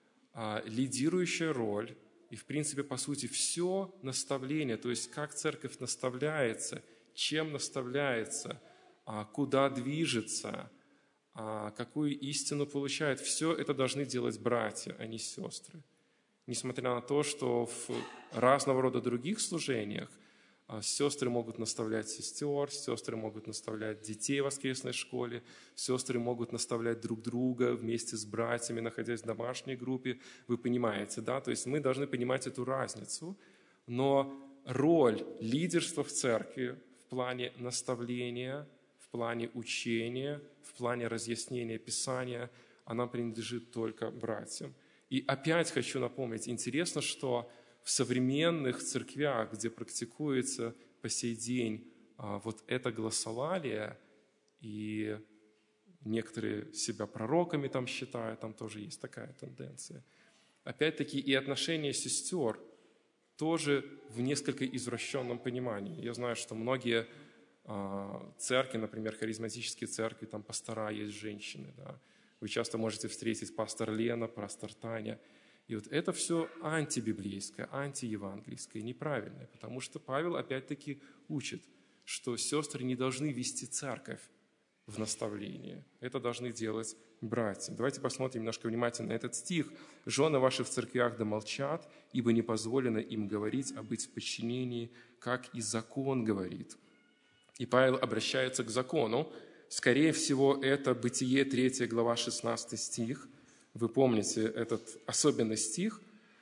лидирующая роль и, в принципе, по сути, все наставление, то есть как церковь наставляется, чем наставляется, куда движется, какую истину получает, все это должны делать братья, а не сестры. Несмотря на то, что в разного рода других служениях сестры могут наставлять сестер, сестры могут наставлять детей в воскресной школе, сестры могут наставлять друг друга вместе с братьями, находясь в домашней группе. Вы понимаете, да? То есть мы должны понимать эту разницу, но роль лидерства в церкви в плане наставления, в плане учения, в плане разъяснения Писания, она принадлежит только братьям. И опять хочу напомнить, интересно, что в современных церквях, где практикуется по сей день а, вот это гласолалие, и некоторые себя пророками там считают, там тоже есть такая тенденция. Опять-таки и отношения сестер тоже в несколько извращенном понимании. Я знаю, что многие а, церкви, например, харизматические церкви, там пастора есть женщины, да. Вы часто можете встретить пастор Лена, пастор Таня. И вот это все антибиблейское, антиевангельское, неправильное, потому что Павел опять-таки учит, что сестры не должны вести церковь в наставление. Это должны делать братья. Давайте посмотрим немножко внимательно на этот стих. «Жены ваши в церквях да молчат, ибо не позволено им говорить, а быть в подчинении, как и закон говорит». И Павел обращается к закону. Скорее всего, это Бытие третья глава, шестнадцатый стих. Вы помните этот особенный стих.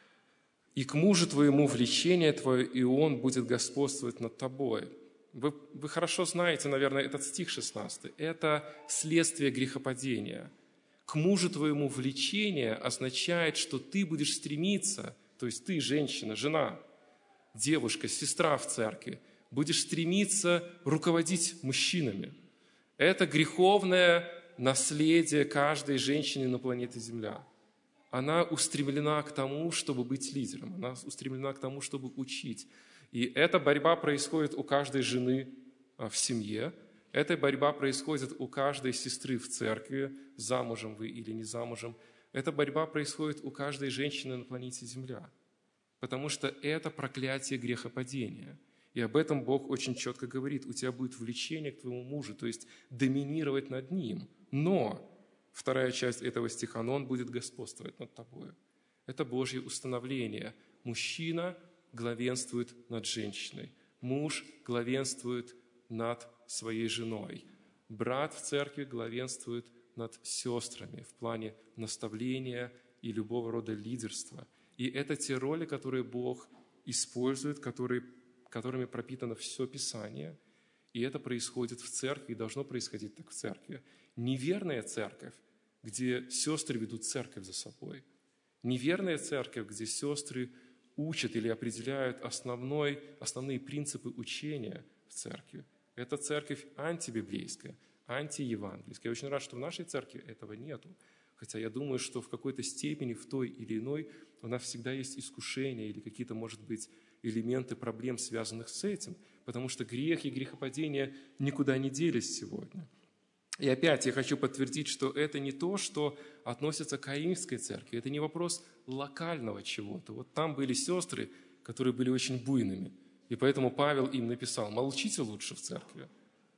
«И к мужу твоему влечение твое, и он будет господствовать над тобой». Вы, вы хорошо знаете, наверное, этот стих шестнадцатый. Это следствие грехопадения. «К мужу твоему влечение» означает, что ты будешь стремиться, то есть ты, женщина, жена, девушка, сестра в церкви, будешь стремиться руководить мужчинами. Это греховное наследие каждой женщины на планете Земля. Она устремлена к тому, чтобы быть лидером. Она устремлена к тому, чтобы учить. И эта борьба происходит у каждой жены в семье. Эта борьба происходит у каждой сестры в церкви, замужем вы или не замужем. Эта борьба происходит у каждой женщины на планете Земля. Потому что это проклятие грехопадения. И об этом Бог очень четко говорит. У тебя будет влечение к твоему мужу, то есть доминировать над ним. Но, вторая часть этого стиха, но он будет господствовать над тобой. Это Божье установление. Мужчина главенствует над женщиной. Муж главенствует над своей женой. Брат в церкви главенствует над сестрами в плане наставления и любого рода лидерства. И это те роли, которые Бог использует, которые которыми пропитано все Писание, и это происходит в церкви, и должно происходить так в церкви. Неверная церковь, где сестры ведут церковь за собой. Неверная церковь, где сестры учат или определяют основной, основные принципы учения в церкви. Это церковь антибиблейская, антиевангельская. Я очень рад, что в нашей церкви этого нету. Хотя я думаю, что в какой-то степени, в той или иной, у нас всегда есть искушения или какие-то, может быть, элементы проблем, связанных с этим, потому что грех и грехопадение никуда не делись сегодня. И опять я хочу подтвердить, что это не то, что относится к Коринфской церкви, это не вопрос локального чего-то. Вот там были сестры, которые были очень буйными, и поэтому Павел им написал: «Молчите лучше в церкви».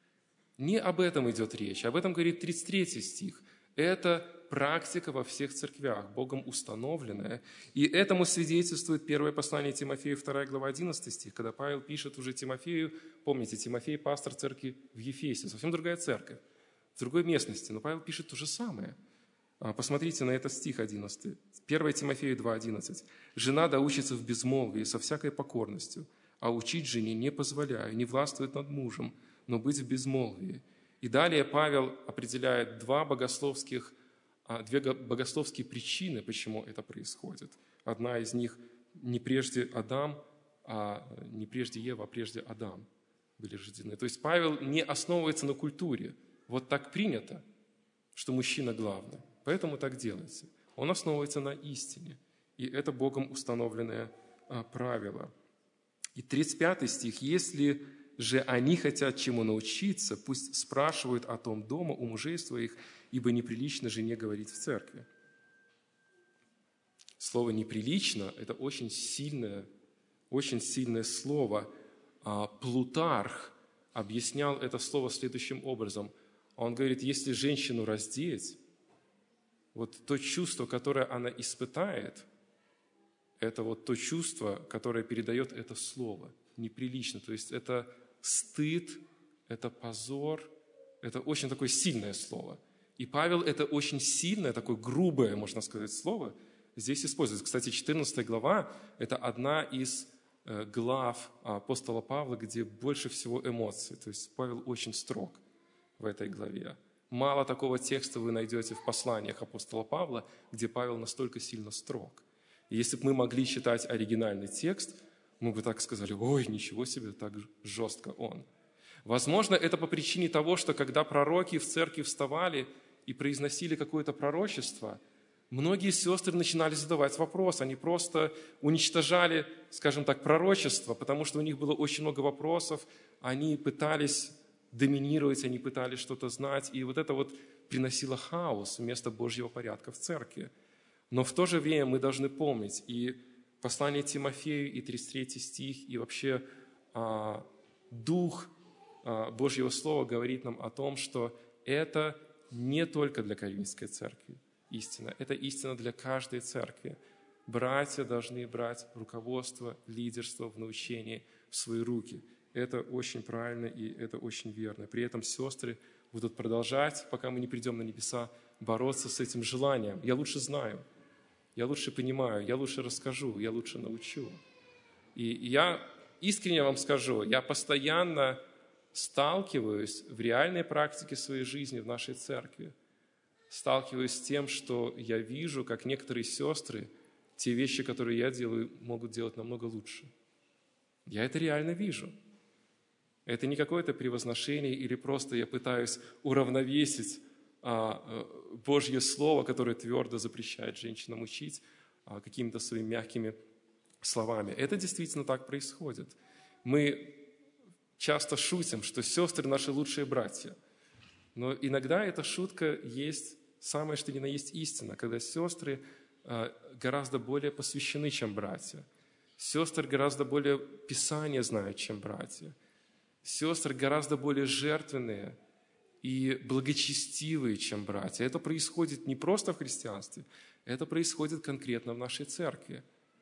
Не об этом идет речь, об этом говорит тридцать третий стих. Это практика во всех церквях, Богом установленная. И этому свидетельствует первое послание Тимофею, вторая глава, одиннадцатый стих, когда Павел пишет уже Тимофею, помните, Тимофей – пастор церкви в Ефесе, совсем другая церковь, в другой местности, но Павел пишет то же самое. Посмотрите на этот стих одиннадцатый. первое Тимофею два, одиннадцать. «Жена да учится в безмолвии со всякой покорностью, а учить жене не позволяю, не властвует над мужем, но быть в безмолвии». И далее Павел определяет два богословских, две богословские причины, почему это происходит. Одна из них не прежде Адам, а не прежде Ева, а прежде Адам были рождены. То есть Павел не основывается на культуре. Вот так принято, что мужчина главный, поэтому так делается. он основывается на истине. И это Богом установленное а, правило. И тридцать пятый стих. «Если же они хотят чему научиться, пусть спрашивают о том дома у мужей своих, ибо неприлично жене говорить в церкви». Слово «неприлично» – это очень сильное, очень сильное слово. Плутарх объяснял это слово следующим образом. Он говорит, если женщину раздеть, вот то чувство, которое она испытает, это вот то чувство, которое передает это слово. Неприлично. То есть это стыд, это позор, это очень такое сильное слово. И Павел это очень сильное, такое грубое, можно сказать, слово здесь использует. Кстати, четырнадцатая глава – это одна из глав апостола Павла, где больше всего эмоций. То есть Павел очень строг в этой главе. Мало такого текста вы найдете в посланиях апостола Павла, где Павел настолько сильно строг. И если бы мы могли читать оригинальный текст, мы бы так сказали, ой, ничего себе, так жестко он. Возможно, это по причине того, что когда пророки в церкви вставали и произносили какое-то пророчество, многие сестры начинали задавать вопрос, они просто уничтожали, скажем так, пророчество, потому что у них было очень много вопросов, они пытались доминировать, они пытались что-то знать, и вот это вот приносило хаос вместо Божьего порядка в церкви. Но в то же время мы должны помнить, и послание Тимофею, и тридцать третий стих, и вообще а, Дух а, Божьего Слова говорит нам о том, что это не только для Коринфской церкви истина, это истина для каждой церкви. Братья должны брать руководство, лидерство в научении в свои руки. Это очень правильно и это очень верно. При этом сестры будут продолжать, пока мы не придем на небеса, бороться с этим желанием. Я лучше знаю, я лучше понимаю, я лучше расскажу, я лучше научу. И я искренне вам скажу, я постоянно сталкиваюсь в реальной практике своей жизни в нашей церкви, сталкиваюсь с тем, что я вижу, как некоторые сестры те вещи, которые я делаю, могут делать намного лучше. Я это реально вижу. Это не какое-то превозношение или просто я пытаюсь уравновесить а, Божье Слово, которое твердо запрещает женщинам учить а, какими-то своими мягкими словами. Это действительно так происходит. Мы часто шутим, что сестры – наши лучшие братья. Но иногда эта шутка есть самое, что ни на есть истина, когда сестры а, гораздо более посвящены, чем братья. Сестры гораздо более Писание знают, чем братья. Сестры гораздо более жертвенные и благочестивые, чем братья. Это происходит не просто в христианстве, это происходит конкретно в нашей церкви.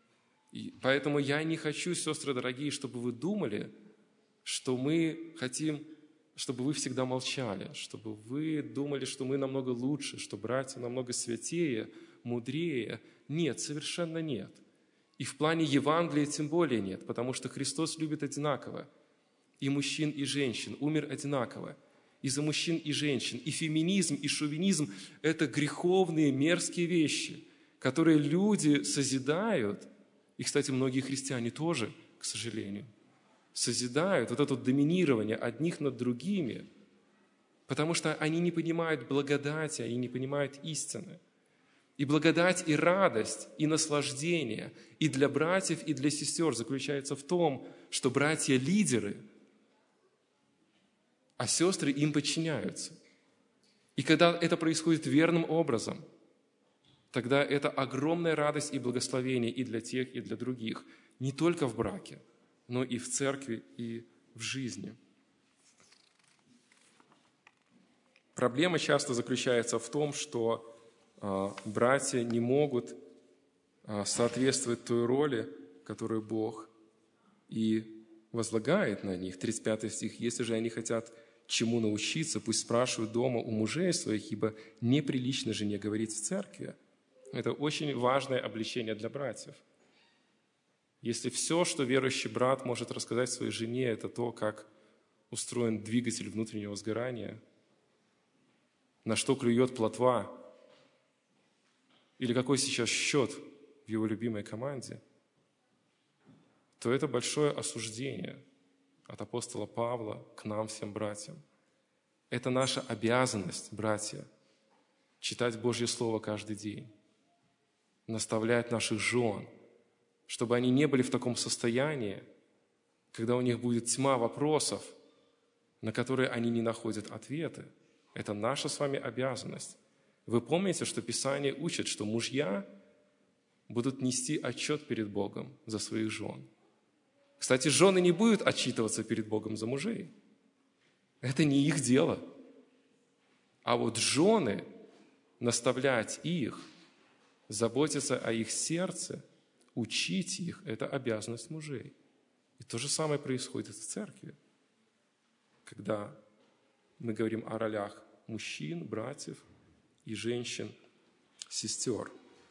И поэтому я не хочу, сестры дорогие, чтобы вы думали, что мы хотим, чтобы вы всегда молчали, чтобы вы думали, что мы намного лучше, что братья намного святее, мудрее. Нет, совершенно нет. И в плане Евангелия тем более нет, потому что Христос любит одинаково. И мужчин, и женщин, умер одинаково. И за мужчин, и женщин. И феминизм, и шовинизм – это греховные, мерзкие вещи, которые люди созидают. И, кстати, многие христиане тоже, к сожалению, созидают вот это доминирование одних над другими, потому что они не понимают благодати, они не понимают истины. И благодать, и радость, и наслаждение и для братьев, и для сестер заключается в том, что братья – лидеры, а сестры им подчиняются. И когда это происходит верным образом, тогда это огромная радость и благословение и для тех, и для других, не только в браке, но и в церкви, и в жизни. Проблема часто заключается в том, что а, братья не могут а, соответствовать той роли, которую Бог и возлагает на них. тридцать пятый стих. «Если же они хотят чему научиться, пусть спрашивают дома у мужей своих, ибо неприлично жене говорить в церкви». Это очень важное обличение для братьев. Если все, что верующий брат может рассказать своей жене, это то, как устроен двигатель внутреннего сгорания, на что клюет плотва, или какой сейчас счет в его любимой команде, то это большое осуждение от апостола Павла к нам, всем братьям. Это наша обязанность, братья, читать Божье Слово каждый день, наставлять наших жен, чтобы они не были в таком состоянии, когда у них будет тьма вопросов, на которые они не находят ответы. Это наша с вами обязанность. Вы помните, что Писание учит, что мужья будут нести отчет перед Богом за своих жен. Кстати, жены не будут отчитываться перед Богом за мужей. Это не их дело. А вот жены, наставлять их, заботиться о их сердце, учить их – это обязанность мужей. И то же самое происходит в церкви, когда мы говорим о ролях мужчин, братьев и женщин, сестер.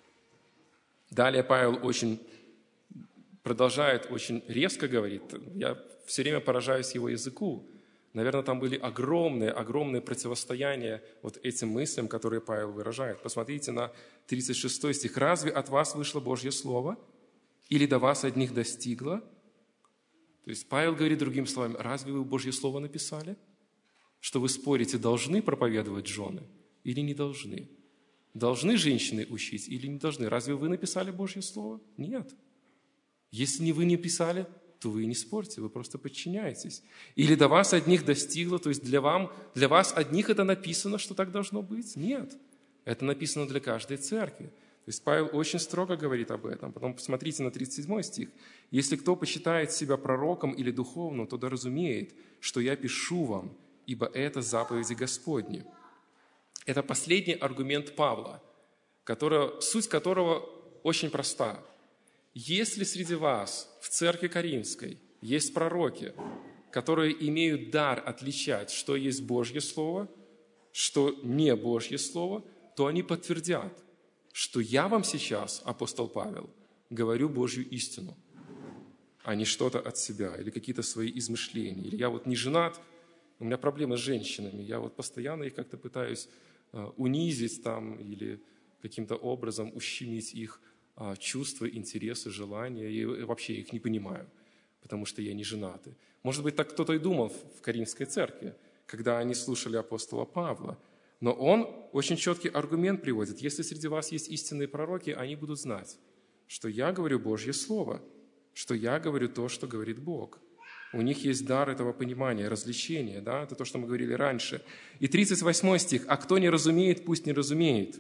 Далее Павел очень продолжает, очень резко говорит. Я все время поражаюсь его языку. Наверное, там были огромные, огромные противостояния вот этим мыслям, которые Павел выражает. Посмотрите на тридцать шестой стих. «Разве от вас вышло Божье Слово? Или до вас одних достигло?» То есть Павел говорит другими словами: разве вы Божье Слово написали? Что вы спорите, должны проповедовать жены или не должны? Должны женщины учить или не должны? Разве вы написали Божье Слово? Нет. Если не вы не писали, то вы и не спорьте, вы просто подчиняетесь. Или до вас одних достигло, то есть для, вам, для вас одних это написано, что так должно быть? Нет. Это написано для каждой церкви. То есть Павел очень строго говорит об этом. Потом посмотрите на тридцать седьмой стих. «Если кто почитает себя пророком или духовным, то да разумеет, что я пишу вам, ибо это заповеди Господни». Это последний аргумент Павла, который, суть которого очень проста. Если среди вас в церкви Коринфской есть пророки, которые имеют дар отличать, что есть Божье Слово, что не Божье Слово, то они подтвердят, что я вам сейчас, апостол Павел, говорю Божью истину, а не что-то от себя или какие-то свои измышления. Или я вот не женат, у меня проблемы с женщинами, я вот постоянно их как-то пытаюсь унизить там или каким-то образом ущемить их чувства, интересы, желания, и вообще их не понимаю, потому что я не женатый. Может быть, так кто-то и думал в Коринфской церкви, когда они слушали апостола Павла. Но он очень четкий аргумент приводит. Если среди вас есть истинные пророки, они будут знать, что я говорю Божье Слово, что я говорю то, что говорит Бог. У них есть дар этого понимания, развлечения. Да? Это то, что мы говорили раньше. И тридцать восьмой стих. «А кто не разумеет, пусть не разумеет».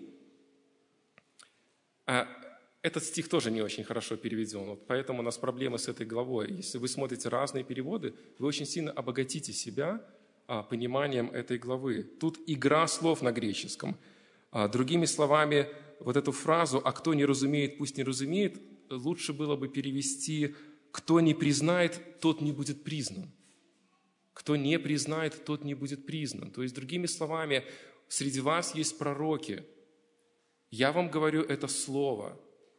А этот стих тоже не очень хорошо переведен. Вот поэтому у нас проблемы с этой главой. Если вы смотрите разные переводы, вы очень сильно обогатите себя а, пониманием этой главы. Тут игра слов на греческом. А, другими словами, вот эту фразу «а кто не разумеет, пусть не разумеет» лучше было бы перевести «кто не признает, тот не будет признан». Кто не признает, тот не будет признан. То есть, другими словами, среди вас есть пророки. Я вам говорю это слово.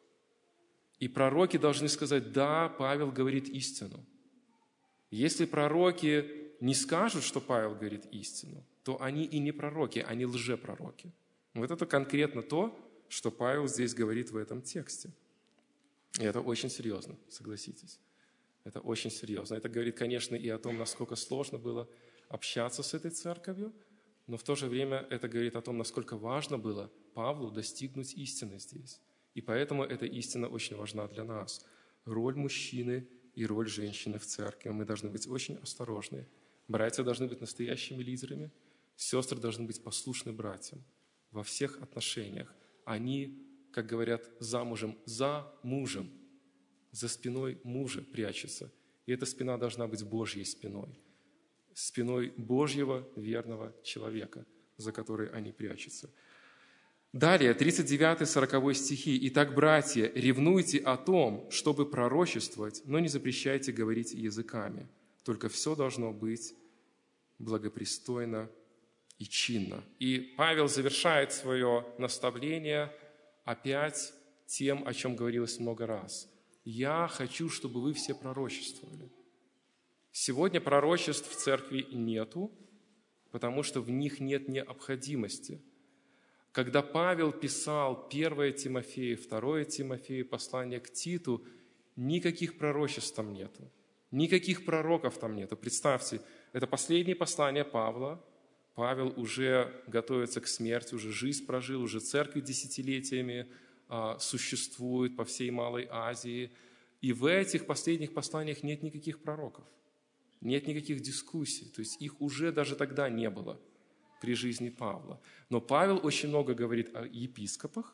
И пророки должны сказать: да, Павел говорит истину. Если пророки не скажут, что Павел говорит истину, то они и не пророки, они лжепророки. Вот это конкретно то, что Павел здесь говорит в этом тексте. И это очень серьезно, согласитесь. Это очень серьезно. Это говорит, конечно, и о том, насколько сложно было общаться с этой церковью, но в то же время это говорит о том, насколько важно было Павлу достигнуть истины здесь. И поэтому эта истина очень важна для нас. Роль мужчины и роль женщины в церкви. Мы должны быть очень осторожны. Братья должны быть настоящими лидерами, сестры должны быть послушны братьям во всех отношениях. Они, как говорят, замужем за мужем, за спиной мужа прячется. И эта спина должна быть Божьей спиной. Спиной Божьего верного человека, за которой они прячутся. Далее, тридцать девятый сороковой стихи. «Итак, братья, ревнуйте о том, чтобы пророчествовать, но не запрещайте говорить языками. Только все должно быть благопристойно и чинно». И Павел завершает свое наставление опять тем, о чем говорилось много раз. «Я хочу, чтобы вы все пророчествовали». Сегодня пророчеств в церкви нету, потому что в них нет необходимости. Когда Павел писал первое Тимофею, второе Тимофею, послание к Титу, никаких пророчеств там нету, никаких пророков там нету. Представьте, это последнее послание Павла. Павел уже готовится к смерти, уже жизнь прожил, уже церковь десятилетиями а, существует по всей Малой Азии. И в этих последних посланиях нет никаких пророков, нет никаких дискуссий. То есть их уже даже тогда не было при жизни Павла. Но Павел очень много говорит о епископах,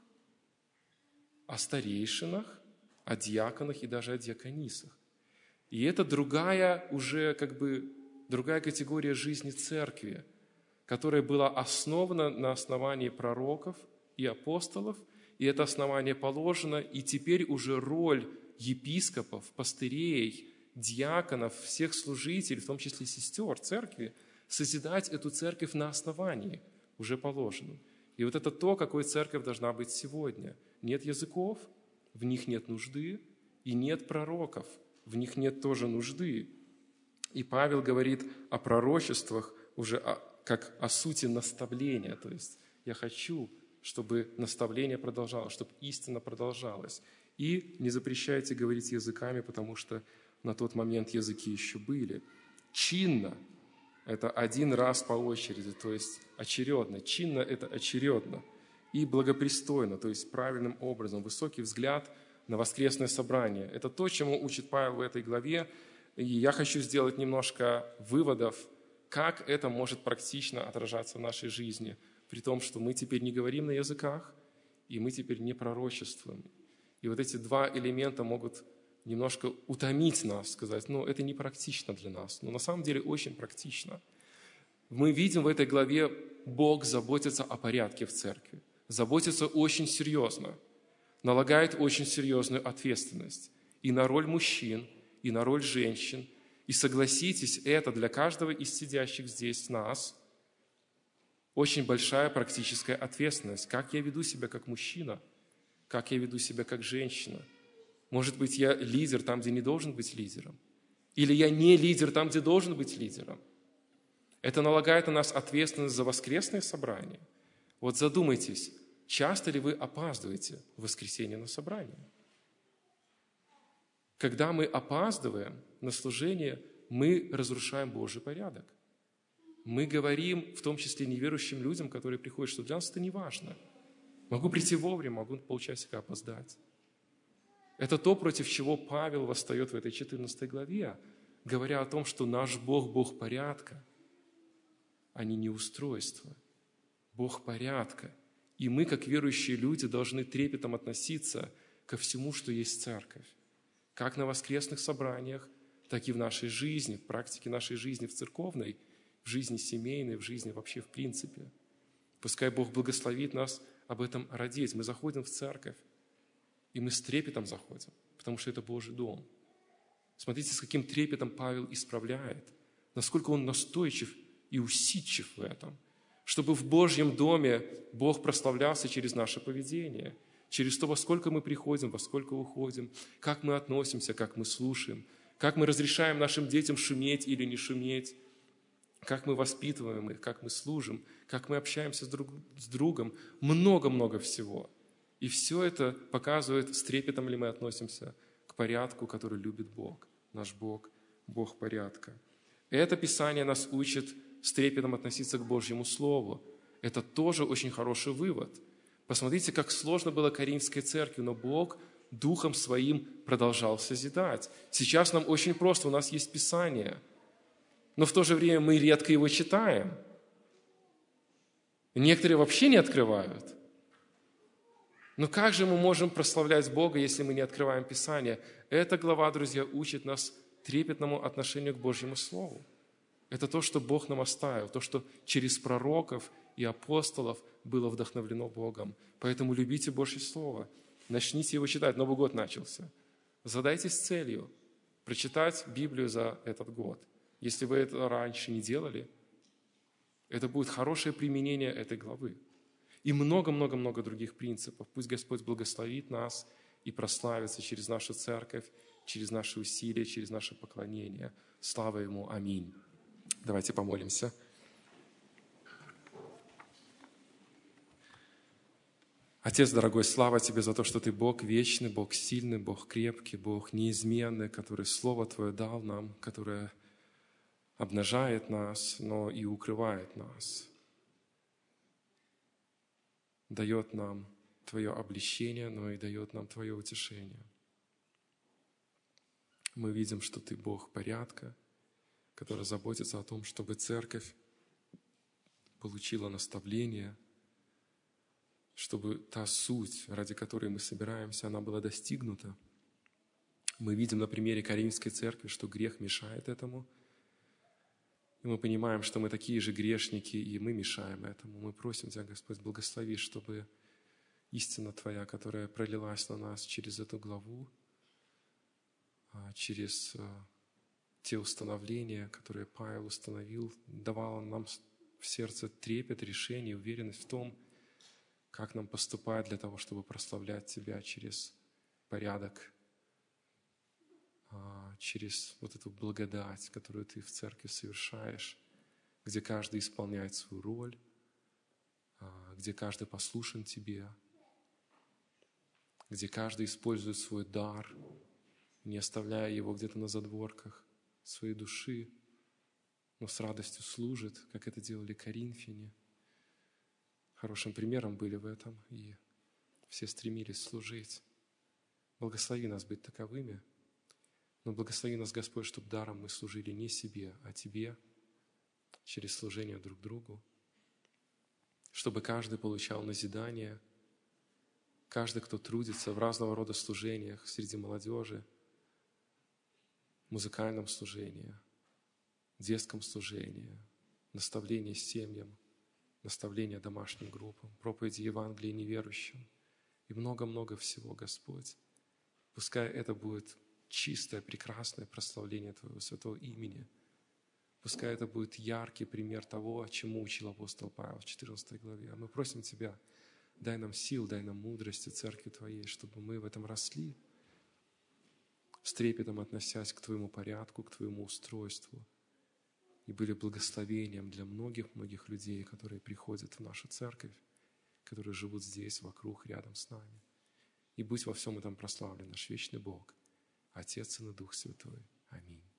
о старейшинах, о диаконах и даже о диаконисах. И это другая уже как бы другая категория жизни церкви, которая была основана на основании пророков и апостолов, и это основание положено, и теперь уже роль епископов, пастырей, диаконов, всех служителей, в том числе сестер церкви, созидать эту церковь на основании уже положенном. И вот это то, какой церковь должна быть сегодня. Нет языков, в них нет нужды, и нет пророков, в них нет тоже нужды. И Павел говорит о пророчествах уже о, как о сути наставления. То есть я хочу, чтобы наставление продолжалось, чтобы истина продолжалась. И не запрещайте говорить языками, потому что на тот момент языки еще были. Чинно – это один раз по очереди, то есть очередно. Чинно – это очередно. И благопристойно, то есть правильным образом. Высокий взгляд на воскресное собрание. Это то, чему учит Павел в этой главе. И я хочу сделать немножко выводов, как это может практично отражаться в нашей жизни, при том, что мы теперь не говорим на языках, и мы теперь не пророчествуем. И вот эти два элемента могут немножко утомить нас, сказать, ну, это не практично для нас. Но на самом деле очень практично. Мы видим в этой главе, Бог заботится о порядке в церкви, заботится очень серьезно, налагает очень серьезную ответственность и на роль мужчин, и на роль женщин. И согласитесь, это для каждого из сидящих здесь нас очень большая практическая ответственность. Как я веду себя как мужчина, как я веду себя как женщина. Может быть, я лидер там, где не должен быть лидером. Или я не лидер там, где должен быть лидером. Это налагает на нас ответственность за воскресное собрание. Вот задумайтесь, часто ли вы опаздываете в воскресенье на собрание? Когда мы опаздываем на служение, мы разрушаем Божий порядок. Мы говорим, в том числе неверующим людям, которые приходят, что для нас это не важно. Могу прийти вовремя, могу полчасика опоздать. Это то, против чего Павел восстает в этой четырнадцатой главе, говоря о том, что наш Бог – Бог порядка, а не неустройства. Бог порядка. И мы, как верующие люди, должны трепетом относиться ко всему, что есть церковь. Как на воскресных собраниях, так и в нашей жизни, в практике нашей жизни в церковной, в жизни семейной, в жизни вообще в принципе. Пускай Бог благословит нас об этом родить. Мы заходим в церковь, и мы с трепетом заходим, потому что это Божий дом. Смотрите, с каким трепетом Павел исправляет, насколько он настойчив и усидчив в этом, чтобы в Божьем доме Бог прославлялся через наше поведение, через то, во сколько мы приходим, во сколько уходим, как мы относимся, как мы слушаем, как мы разрешаем нашим детям шуметь или не шуметь, как мы воспитываем их, как мы служим, как мы общаемся с, друг, с другом, много-много всего. И все это показывает, с трепетом ли мы относимся к порядку, который любит Бог, наш Бог, Бог порядка. Это Писание нас учит с трепетом относиться к Божьему Слову. Это тоже очень хороший вывод. Посмотрите, как сложно было Коринфской церкви, но Бог Духом Своим продолжал созидать. Сейчас нам очень просто, у нас есть Писание, но в то же время мы редко его читаем. Некоторые вообще не открывают. Но как же мы можем прославлять Бога, если мы не открываем Писание? Эта глава, друзья, учит нас трепетному отношению к Божьему Слову. Это то, что Бог нам оставил, то, что через пророков и апостолов было вдохновлено Богом. Поэтому любите Божье Слово, начните его читать. Новый год начался. Задайтесь целью прочитать Библию за этот год. Если вы это раньше не делали, это будет хорошее применение этой главы. И много-много-много других принципов. Пусть Господь благословит нас и прославится через нашу церковь, через наши усилия, через наше поклонение. Слава Ему. Аминь. Давайте помолимся. Отец дорогой, слава Тебе за то, что Ты Бог вечный, Бог сильный, Бог крепкий, Бог неизменный, который Слово Твое дал нам, которое обнажает нас, но и укрывает нас. Дает нам Твое обличение, но и дает нам Твое утешение. Мы видим, что Ты Бог порядка, который заботится о том, чтобы церковь получила наставление, чтобы та суть, ради которой мы собираемся, она была достигнута. Мы видим на примере Коринфской церкви, что грех мешает этому. И мы понимаем, что мы такие же грешники, и мы мешаем этому. Мы просим Тебя, Господь, благослови, чтобы истина Твоя, которая пролилась на нас через эту главу, через те установления, которые Павел установил, давала нам в сердце трепет, решение, уверенность в том, как нам поступать для того, чтобы прославлять Тебя через порядок, через вот эту благодать, которую Ты в церкви совершаешь, где каждый исполняет свою роль, где каждый послушен Тебе, где каждый использует свой дар, не оставляя его где-то на задворках своей души, но с радостью служит, как это делали коринфяне. Хорошим примером были в этом, и все стремились служить. Благослови нас быть таковыми, но благослови нас, Господь, чтобы даром мы служили не себе, а Тебе, через служение друг другу, чтобы каждый получал назидание, каждый, кто трудится в разного рода служениях среди молодежи, музыкальном служении, детском служении, наставление семьям, наставление домашним группам, проповеди Евангелия неверующим и много-много всего, Господь. Пускай это будет чистое, прекрасное прославление Твоего святого имени. Пускай это будет яркий пример того, чему учил апостол Павел в четырнадцатой главе. А мы просим Тебя, дай нам сил, дай нам мудрости Церкви Твоей, чтобы мы в этом росли, с трепетом относясь к Твоему порядку, к Твоему устройству, и были благословением для многих-многих людей, которые приходят в нашу церковь, которые живут здесь, вокруг, рядом с нами. И будь во всем этом прославлен наш вечный Бог, Отец, Сын и Дух Святой. Аминь.